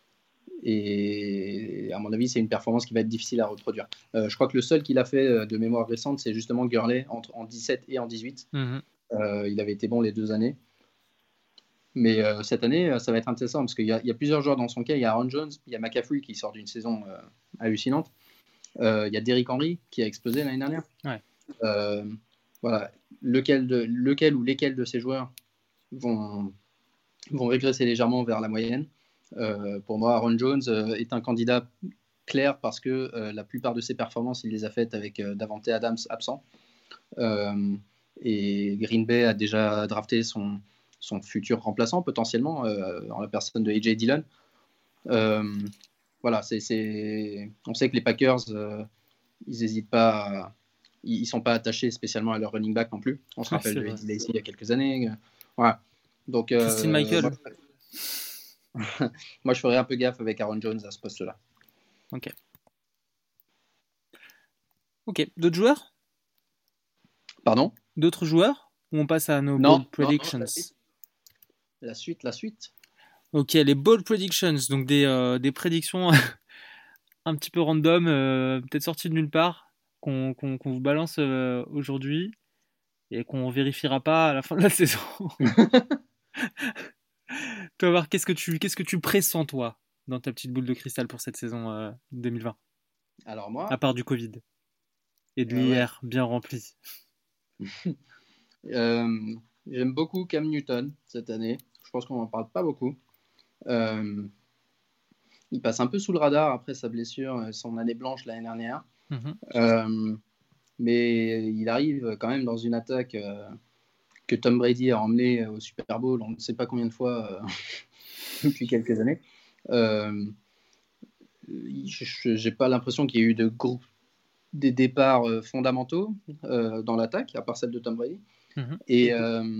et à mon avis, c'est une performance qui va être difficile à reproduire. Euh, je crois que le seul qu'il a fait de mémoire récente, c'est justement Gurley entre, en dix-sept et en dix-huit. Mm-hmm. Euh, il avait été bon les deux années. Mais euh, cette année, ça va être intéressant parce qu'il y, y a plusieurs joueurs dans son cas. Il y a Aaron Jones, il y a McCaffrey qui sort d'une saison euh, hallucinante. Euh, il y a Derrick Henry qui a explosé l'année dernière. Ouais. Euh, voilà. Lequel, de, lequel ou lesquels de ces joueurs vont, vont régresser légèrement vers la moyenne. Euh, pour moi, Aaron Jones euh, est un candidat clair parce que euh, la plupart de ses performances, il les a faites avec euh, Davante Adams absent. Euh, et Green Bay a déjà drafté son, son futur remplaçant potentiellement euh, en la personne de A J Dillon. Euh, voilà, c'est, c'est... on sait que les Packers, euh, ils n'hésitent pas, à... ils ne sont pas attachés spécialement à leur running back non plus. On se rappelle de Eddie Lacy il y a quelques années. Voilà. Donc, euh, Christine Michael. Moi, moi, je ferais un peu gaffe avec Aaron Jones à ce poste-là. Ok. Ok. D'autres joueurs? Pardon? D'autres joueurs? Ou on passe à nos non, bold predictions? Non, non, la, suite. la suite, la suite. Ok, les bold predictions, donc des, euh, des prédictions un petit peu random, euh, peut-être sorties de nulle part, qu'on, qu'on, qu'on vous balance euh, aujourd'hui et qu'on vérifiera pas à la fin de la saison. Tu vas voir, qu'est-ce que tu, qu'est-ce que tu pressens, toi, dans ta petite boule de cristal pour cette saison euh, deux mille vingt? Alors moi, à part du Covid et de euh, l'I R ouais. bien rempli. Euh, j'aime beaucoup Cam Newton cette année. Je pense qu'on n'en parle pas beaucoup. Euh, il passe un peu sous le radar après sa blessure, son année blanche l'année dernière. Mm-hmm. Euh, mais il arrive quand même dans une attaque euh, que Tom Brady a emmené au Super Bowl, on ne sait pas combien de fois euh, depuis quelques années. Euh, je n'ai pas l'impression qu'il y ait eu de gros, des départs euh, fondamentaux euh, dans l'attaque, à part celle de Tom Brady. Mm-hmm. Et, euh,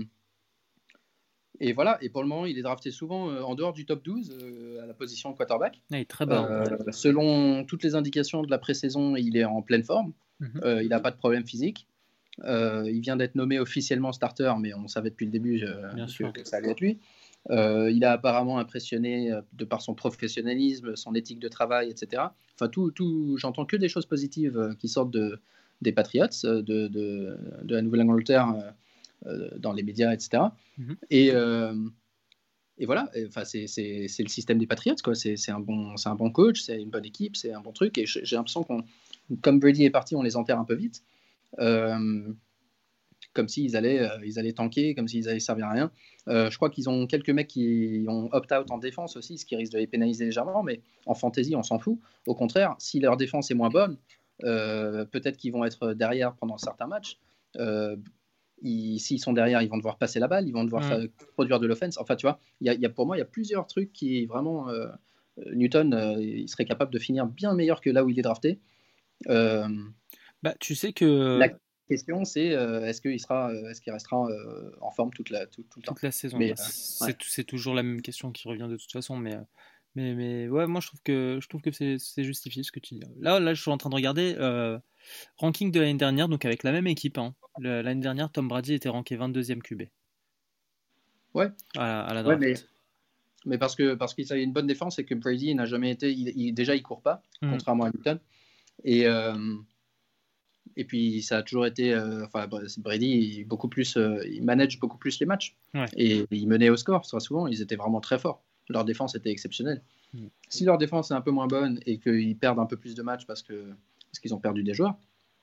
et voilà, et pour le moment, il est drafté souvent euh, en dehors du top douze euh, à la position quarterback. Ah, il est très bas. Euh, selon toutes les indications de la pré-saison, il est en pleine forme. Mm-hmm. Euh, il n'a pas de problème physique. Euh, il vient d'être nommé officiellement starter, mais on savait depuis le début euh, que, que ça allait être lui. Euh, il a apparemment impressionné euh, de par son professionnalisme, son éthique de travail, et cetera. Enfin, tout, tout, j'entends que des choses positives euh, qui sortent de, des Patriots, de, de, de la Nouvelle-Angleterre, euh, dans les médias, et cetera. Mm-hmm. Et, euh, et voilà, enfin, c'est, c'est, c'est le système des Patriots, quoi. C'est, c'est, un bon, c'est un bon coach, c'est une bonne équipe, c'est un bon truc. Et j'ai l'impression qu'on, comme Brady est parti, on les enterre un peu vite. Euh, comme s'ils allaient, euh, ils allaient tanker, comme s'ils allaient servir à rien. Euh, je crois qu'ils ont quelques mecs qui ont opt-out en défense aussi, ce qui risque de les pénaliser légèrement, mais en fantasy, on s'en fout. Au contraire, si leur défense est moins bonne, euh, peut-être qu'ils vont être derrière pendant certains matchs. Euh, ils, s'ils sont derrière, ils vont devoir passer la balle, ils vont devoir mmh. faire, produire de l'offense. Enfin, tu vois, y a, y a, pour moi, il y a plusieurs trucs qui vraiment... Euh, Newton, euh, il serait capable de finir bien meilleur que là où il est drafté. Euh, bah, tu sais que... La question, c'est euh, est-ce qu'il sera, euh, est-ce qu'il restera euh, en forme toute la, tout, tout le toute temps la saison. mais, bah, c'est, ouais. c'est toujours la même question qui revient de toute façon, mais, mais, mais ouais, moi je trouve que, je trouve que c'est, c'est justifié ce que tu dis. Là, là, je suis en train de regarder euh, ranking de l'année dernière, donc avec la même équipe. Hein. Le, l'année dernière, Tom Brady était ranké vingt-deuxième Q B. Ouais. À la, à la draft. Ouais, mais, mais parce que parce qu'il a une bonne défense et que Brady n'a jamais été, il, il, déjà il court pas, mmh. contrairement à Newton. Et euh, Et puis ça a toujours été, euh, enfin Brady, il, beaucoup plus, euh, il manage beaucoup plus les matchs. Ouais. Et il menait au score très souvent. Ils étaient vraiment très forts. Leur défense était exceptionnelle. Mm. Si leur défense est un peu moins bonne et qu'ils perdent un peu plus de matchs parce que parce qu'ils ont perdu des joueurs,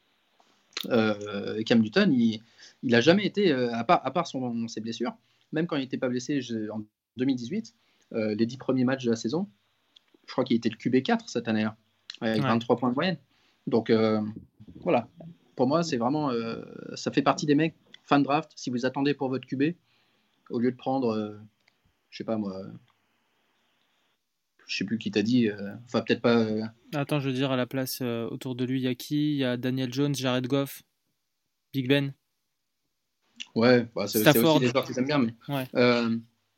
euh, Cam Newton, il, il a jamais été, euh, à part à part son, ses blessures, même quand il n'était pas blessé je, en deux mille dix-huit, euh, les dix premiers matchs de la saison, je crois qu'il était le Q B quatre cette année-là, avec ouais. vingt-trois points de moyenne. Donc euh, voilà, pour moi, c'est vraiment, euh, ça fait partie des mecs, fin de draft, si vous attendez pour votre Q B, au lieu de prendre, euh, je sais pas moi, euh, je sais plus qui t'a dit, euh, enfin peut-être pas. Euh... Attends, je veux dire, à la place, euh, autour de lui, il y a qui? Il y a Daniel Jones, Jared Goff, Big Ben. Ouais, bah, c'est, c'est aussi des joueurs que j'aime bien, mais. Ouais. Euh,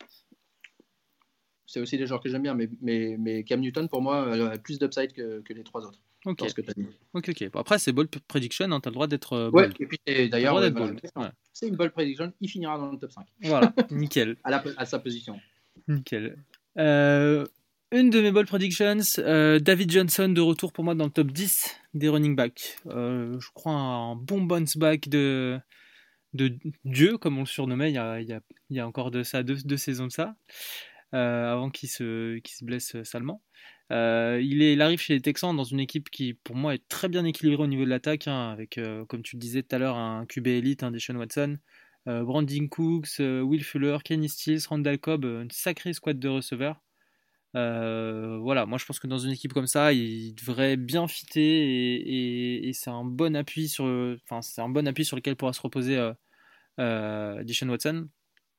c'est aussi des joueurs que j'aime bien, mais, mais, mais Cam Newton, pour moi, a plus d'upside que, que les trois autres. Ok. Dans ce que t'as dit. Ok, ok. Bon, après, c'est bold prediction, hein, tu as le droit d'être euh, bold. Ouais, et puis et d'ailleurs, ouais, voilà, ouais. c'est une bold prediction, il finira dans le top cinq. Voilà, nickel. à, la, à sa position. Nickel. Euh, une de mes bold predictions, euh, David Johnson de retour pour moi dans le top dix des running backs. Euh, je crois un bon bounce back de, de Dieu, comme on le surnommait il y a, il y a, il y a encore de ça, deux, deux saisons de ça. Euh, avant qu'il se, qu'il se blesse salement. Euh, il, est, il arrive chez les Texans dans une équipe qui, pour moi, est très bien équilibrée au niveau de l'attaque, hein, avec, euh, comme tu le disais tout à l'heure, un Q B élite, un Deshaun Watson, euh, Brandon Cooks, euh, Will Fuller, Kenny Stills, Randall Cobb, une sacrée squad de receveurs. Euh, voilà, moi je pense que dans une équipe comme ça, il devrait bien fitter et, et, et c'est un bon appui sur, enfin c'est un bon appui sur lequel pourra se reposer euh, euh, Deshaun Watson.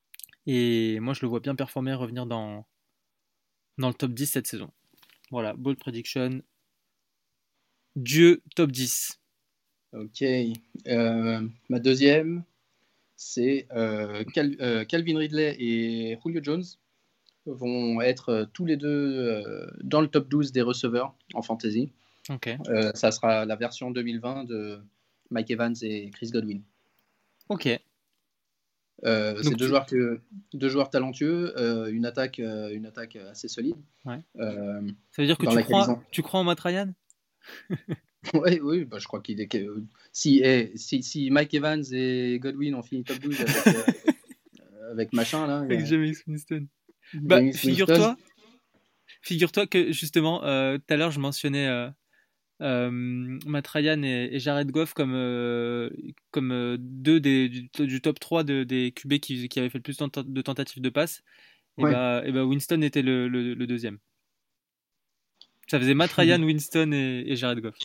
Et moi, je le vois bien performer, revenir dans, dans le top dix cette saison. Voilà, bold prediction. Dieu, top dix. Ok. Euh, ma deuxième, c'est euh, Cal- euh, Calvin Ridley et Julio Jones vont être euh, tous les deux euh, dans le top douze des receveurs en fantasy. Ok. Euh, ça sera la version deux mille vingt de Mike Evans et Chris Godwin. Ok. Euh, c'est deux, tu... joueurs que, deux joueurs talentueux, euh, une, attaque, euh, une attaque assez solide. Ouais. Euh, Ça veut dire que tu crois, ont... tu crois en Matt Ryan? Oui, oui, bah, je crois qu'il est. Si, eh, si, si Mike Evans et Godwin ont fini top douze avec, euh, avec machin là. Avec Jameis Winston. Bah, figure-toi, figure-toi que justement, euh, tout à l'heure je mentionnais, euh, euh, Matt Ryan et, et Jared Goff comme, euh, comme euh, deux des, du, du top trois de, des Q B qui, qui avaient fait le plus de tentatives de passe. Et Ouais. bah, et bah Winston était le, le, le deuxième. Ça faisait Matt Ryan, Winston et, et Jared Goff.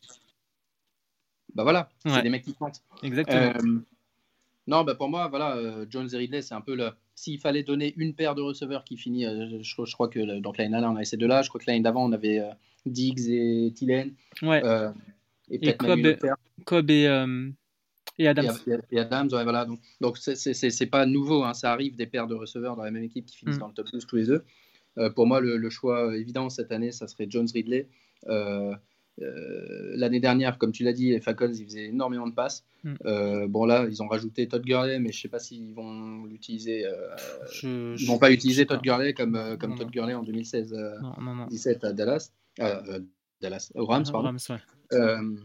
Bah voilà, c'est Ouais, des mecs qui tentent. exactement. Euh, non, bah pour moi, voilà, euh, Jones et Ridley, c'est un peu le. S'il fallait donner une paire de receveurs qui finit, euh, je, je crois que le- donc l'année dernière, on avait ces deux-là. Je crois que l'année d'avant, on avait euh, Diggs et Thielen. Ouais. Euh, et Et peut-être même une Cobb, autre paire. Cobb et, euh, et Et, Adams. et Adams, ouais, voilà. Donc, donc c'est, c'est, c'est, c'est pas nouveau, hein, ça arrive des paires de receveurs dans la même équipe qui finissent Mm. dans le top douze tous les deux. Euh, pour moi, le, le choix évident cette année, ça serait Jones Ridley. Euh, euh, l'année dernière, comme tu l'as dit, les Falcons, ils faisaient énormément de passes. Mm. Euh, bon, là, ils ont rajouté Todd Gurley, mais je ne sais pas s'ils vont l'utiliser. Euh, Je, ils je, vont pas je utiliser sais Todd pas. Gurley comme, euh, comme Non, Todd non. Gurley en deux mille seize Non, non, non. dix-sept à Dallas. Euh, euh, Dallas, aux Rams, pardon. Rams, ouais. Euh,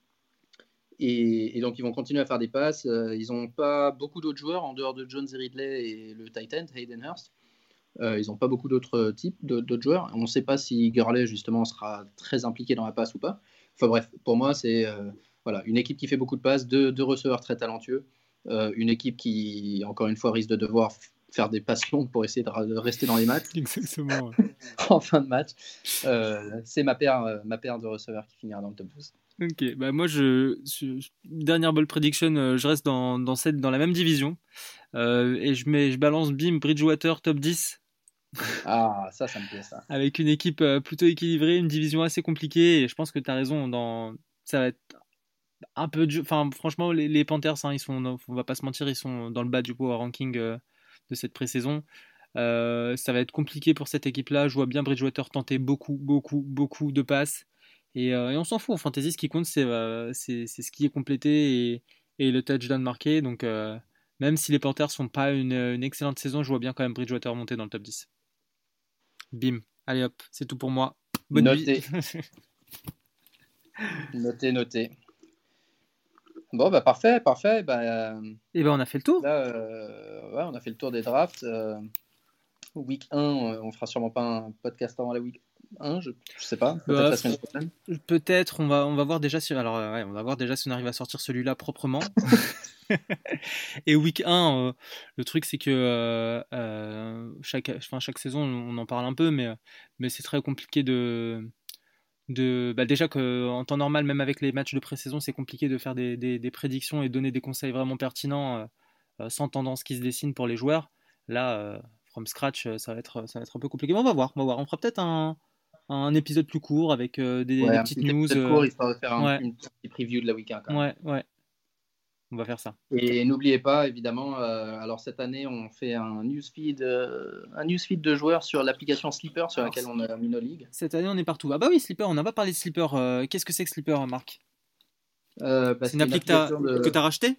et, et donc, ils vont continuer à faire des passes. Euh, ils n'ont pas beaucoup d'autres joueurs en dehors de Jones et Ridley et le Titan, Hayden Hurst. Euh, ils n'ont pas beaucoup d'autres types, d'autres joueurs. On ne sait pas si Gurley, justement, sera très impliqué dans la passe ou pas. Enfin bref, pour moi, c'est euh, voilà, une équipe qui fait beaucoup de passes, deux, deux receveurs très talentueux, euh, une équipe qui, encore une fois, risque de devoir f- faire des passes longues pour essayer de, de rester dans les matchs. Exactement. Ouais. En fin de match. Euh, c'est ma paire, euh, ma paire de receveurs qui finira dans le top douze. Ok, bah moi, je, je- dernière ball prediction, euh, je reste dans, dans, cette, dans la même division. Euh, et je, mets, je balance Bim, Bridgewater, top dix. Ah, ça, ça me plaît, ça. Avec une équipe euh, plutôt équilibrée, une division assez compliquée. Et je pense que tu as raison. Dans... Ça va être un peu dur. Enfin, franchement, les, les Panthers, hein, ils sont, on va pas se mentir, ils sont dans le bas du power ranking euh, de cette pré-saison. Euh, ça va être compliqué pour cette équipe-là. Je vois bien Bridgewater tenter beaucoup, beaucoup, beaucoup de passes. Et, euh, et on s'en fout. En fantasy, ce qui compte, c'est euh, c'est, c'est ce qui est complété et, et le touchdown marqué. Donc, euh, même si les Panthers font pas une, une excellente saison, je vois bien quand même Bridgewater monter dans le top dix. Bim. Allez hop, c'est tout pour moi. Bonne nuit. Noté, noté, noté. Bon, bah parfait, parfait. Bah, euh, Et ben on a fait le tour. là, euh, ouais, on a fait le tour des drafts. Euh, week un, euh, on fera sûrement pas un podcast avant la week un, je, je sais pas, peut-être Bah, la semaine prochaine. Peut-être, on va, on va voir déjà si, alors, euh, ouais, on va voir déjà si on arrive à sortir celui-là proprement. Et week un, euh, le truc c'est que euh, euh, chaque, enfin, chaque saison on en parle un peu, mais, mais c'est très compliqué de, de bah déjà qu'en temps normal, même avec les matchs de pré-saison, c'est compliqué de faire des, des, des prédictions et donner des conseils vraiment pertinents euh, euh, sans tendance qui se dessine pour les joueurs. Là, euh, from scratch, euh, ça va être, ça va être un peu compliqué. Mais on va voir, on va voir. On fera peut-être un, un épisode plus court avec euh, des, Ouais, des un petites petit news. épisode euh, court, histoire de faire un, ouais, une petite preview de la week un quand même. ouais, ouais. On va faire ça. Et n'oubliez pas, évidemment, euh, alors cette année, on fait un newsfeed, euh, un newsfeed de joueurs sur l'application Sleeper sur Alors, laquelle on a mis nos ligues. cette année, on est partout. Ah bah oui, Sleeper, on n'a pas parlé de Sleeper. Euh, qu'est-ce que c'est que Sleeper, Marc? Euh, bah, C'est une c'est une appli que t'as application de. que t'as racheté?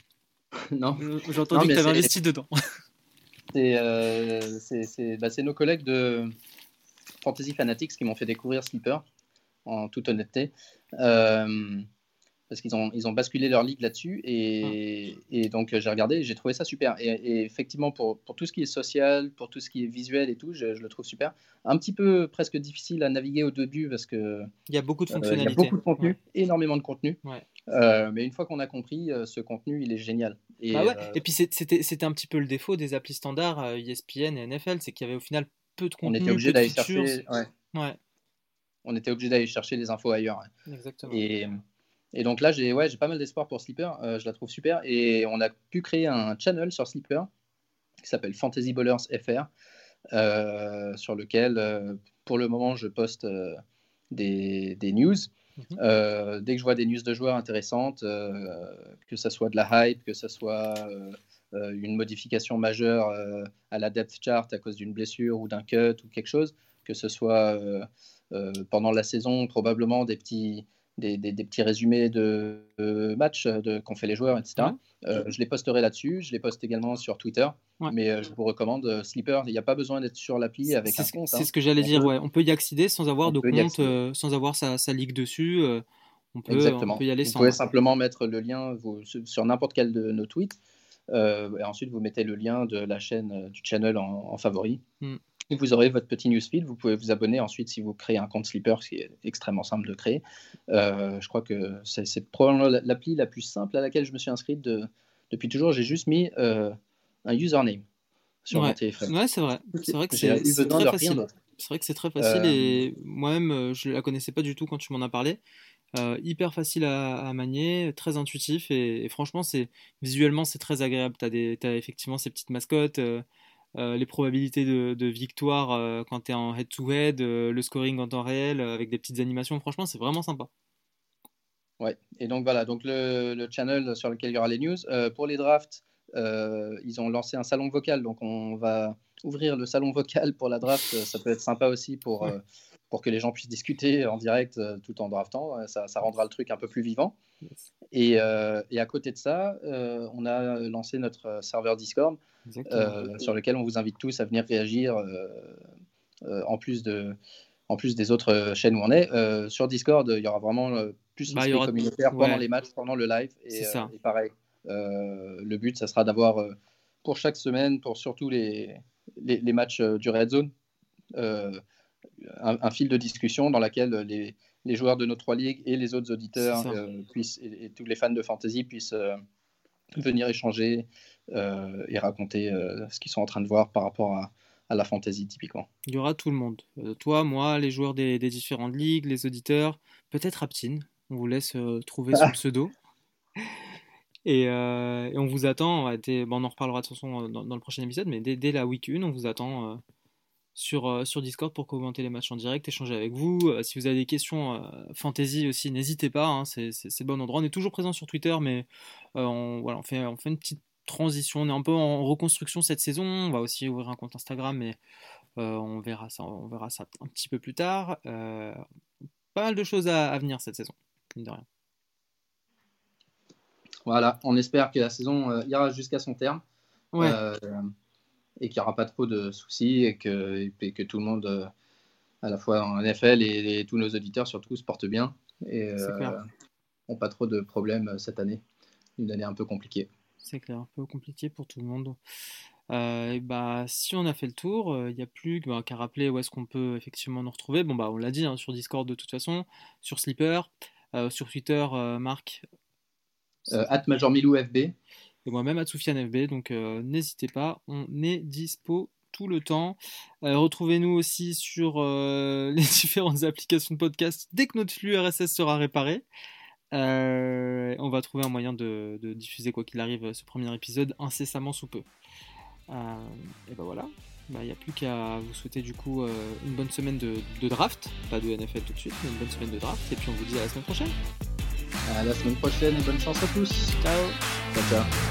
non, Euh, J'ai non, entendu que mais tu avais c'est, investi dedans. c'est, euh, c'est, c'est, bah, c'est nos collègues de Fantasy Fanatics qui m'ont fait découvrir Sleeper, en toute honnêteté. Euh, parce qu'ils ont, ils ont basculé leur ligue là-dessus. Et, et donc, j'ai regardé et j'ai trouvé ça super. Et, et effectivement, pour, pour tout ce qui est social, pour tout ce qui est visuel et tout, je, je le trouve super. Un petit peu presque difficile à naviguer au début parce que Il y a beaucoup de euh, il y a fonctionnalités. beaucoup de contenu, Ouais. énormément de contenu. Ouais. Euh, mais une fois qu'on a compris, euh, ce contenu, il est génial. Et, Bah ouais. euh, Et puis c'est- c'était c'était un petit peu le défaut des applis standards euh, E S P N et N F L, c'est qu'il y avait au final peu de on était contenu, obligé peu de d'aller features. chercher, ouais, Ouais, on était obligé d'aller chercher les infos ailleurs. Ouais. exactement. Et, et donc là, j'ai ouais, j'ai pas mal d'espoir pour Sleeper. Euh, je la trouve super. Et on a pu créer un channel sur Sleeper qui s'appelle Fantasy Ballers F R, euh, sur lequel, euh, pour le moment, je poste euh, des, des news. Mhm. Euh, dès que je vois des news de joueurs intéressantes, euh, que ça soit de la hype, que ça soit euh, euh, une modification majeure euh, à la depth chart à cause d'une blessure ou d'un cut ou quelque chose, que ce soit euh, euh, pendant la saison, probablement des petits, des, des, des petits résumés de, de matchs de, qu'ont fait les joueurs, et cetera. Ouais. Euh, je les posterai là-dessus, je les poste également sur Twitter. Ouais. Mais euh, je vous recommande euh, Sleeper. Il n'y a pas besoin d'être sur l'appli avec C'est un ce, compte. c'est Hein. ce que j'allais On dire, peut- ouais. On peut y accéder sans avoir on de peut y compte, accéder. euh, sans avoir sa, sa ligue dessus. euh, on, peut, on Exactement. peut y aller Vous sans. pouvez Ouais. simplement mettre le lien vous, sur sur n'importe quel de nos tweets. Euh, et ensuite, vous mettez le lien de la chaîne, euh, du channel en, en favori. Mm. Et vous aurez votre petit newsfeed. Vous pouvez vous abonner ensuite si vous créez un compte Sleeper, ce qui est extrêmement simple de créer. Euh, je crois que c'est, c'est probablement l'appli la plus simple à laquelle je me suis inscrit de, depuis toujours. J'ai juste mis euh, un username sur ouais. mon téléphone. Ouais, c'est vrai. C'est vrai que J'ai c'est, eu c'est besoin très de facile. rien d'autre. C'est vrai que c'est très facile Euh, et moi-même, je la connaissais pas du tout quand tu m'en as parlé. Euh, hyper facile à, à manier, très intuitif et, et franchement, c'est visuellement c'est très agréable. T'as des, t'as effectivement ces petites mascottes, euh, euh, les probabilités de, de victoire euh, quand t'es en head-to-head, euh, le scoring en temps réel euh, avec des petites animations. Franchement, c'est vraiment sympa. Ouais. Et donc voilà, donc le, le channel sur lequel il y aura les news. Euh, pour les drafts, euh, ils ont lancé un salon vocal, donc on va ouvrir le salon vocal pour la draft. Ça peut être sympa aussi pour, Ouais. euh, pour que les gens puissent discuter en direct euh, tout en draftant. Ça, ça rendra le truc un peu plus vivant. Yes. Et, euh, et à côté de ça, euh, on a lancé notre serveur Discord euh, sur lequel on vous invite tous à venir réagir euh, euh, en plus de... En plus des autres chaînes où on est, euh, sur Discord, il y aura vraiment euh, plus Bah, il y l'esprit aura... communautaire ouais, pendant les matchs, pendant le live. c'est Et, euh, ça. et pareil, euh, le but, ça sera d'avoir euh, pour chaque semaine, pour surtout les, les, les matchs euh, du Red Zone, euh, un, un fil de discussion dans lequel les, les joueurs de nos trois ligues et les autres C'est auditeurs ça. euh, puissent, et, et tous les fans de fantasy puissent euh, venir échanger euh, et raconter euh, ce qu'ils sont en train de voir par rapport à, à la fantasy typiquement. Il y aura tout le monde. Euh, toi, moi, les joueurs des, des différentes ligues, les auditeurs, peut-être Aptine. On vous laisse euh, trouver son pseudo. Et, euh, et on vous attend. Ouais, dès- bon, on en reparlera de toute façon euh, dans, dans le prochain épisode, mais dès, dès la week un, on vous attend euh, sur, euh, sur Discord pour commenter les matchs en direct, échanger avec vous. Euh, si vous avez des questions euh, fantasy aussi, n'hésitez pas. Hein, c'est, c'est, c'est le bon endroit. On est toujours présent sur Twitter, mais euh, on, voilà, on, fait, on fait une petite transition. On est un peu en reconstruction cette saison. On va aussi ouvrir un compte Instagram, mais euh, on verra ça, on verra ça un petit peu plus tard. Euh, pas mal de choses à, à venir cette saison, mine de rien. Voilà, on espère que la saison euh, ira jusqu'à son terme Ouais, euh, et qu'il n'y aura pas trop de soucis et que, et que tout le monde, euh, à la fois en N F L et, et tous nos auditeurs surtout, se portent bien et c'est clair. euh, n'ont pas trop de problèmes cette année. Une année un peu compliquée. C'est clair, un peu compliqué pour tout le monde. Euh, et bah, si on a fait le tour, il n'y a plus bah, qu'à rappeler où est-ce qu'on peut effectivement nous retrouver. Bon, bah, on l'a dit hein, sur Discord de toute façon, sur Sleeper, euh, sur Twitter, euh, Marc Euh, at Major Milou F B. et moi-même à Soufiane F B. Donc euh, n'hésitez pas, on est dispo tout le temps. Euh, retrouvez-nous aussi sur euh, les différentes applications de podcast dès que notre flux R S S sera réparé. Euh, on va trouver un moyen de, de diffuser quoi qu'il arrive ce premier épisode incessamment sous peu. Euh, et ben voilà, il bah, n'y a plus qu'à vous souhaiter du coup euh, une bonne semaine de, de draft, pas de N F L tout de suite, mais une bonne semaine de draft, et puis on vous dit à la semaine prochaine. À la semaine prochaine et bonne chance à tous. Ciao. Ciao, ciao.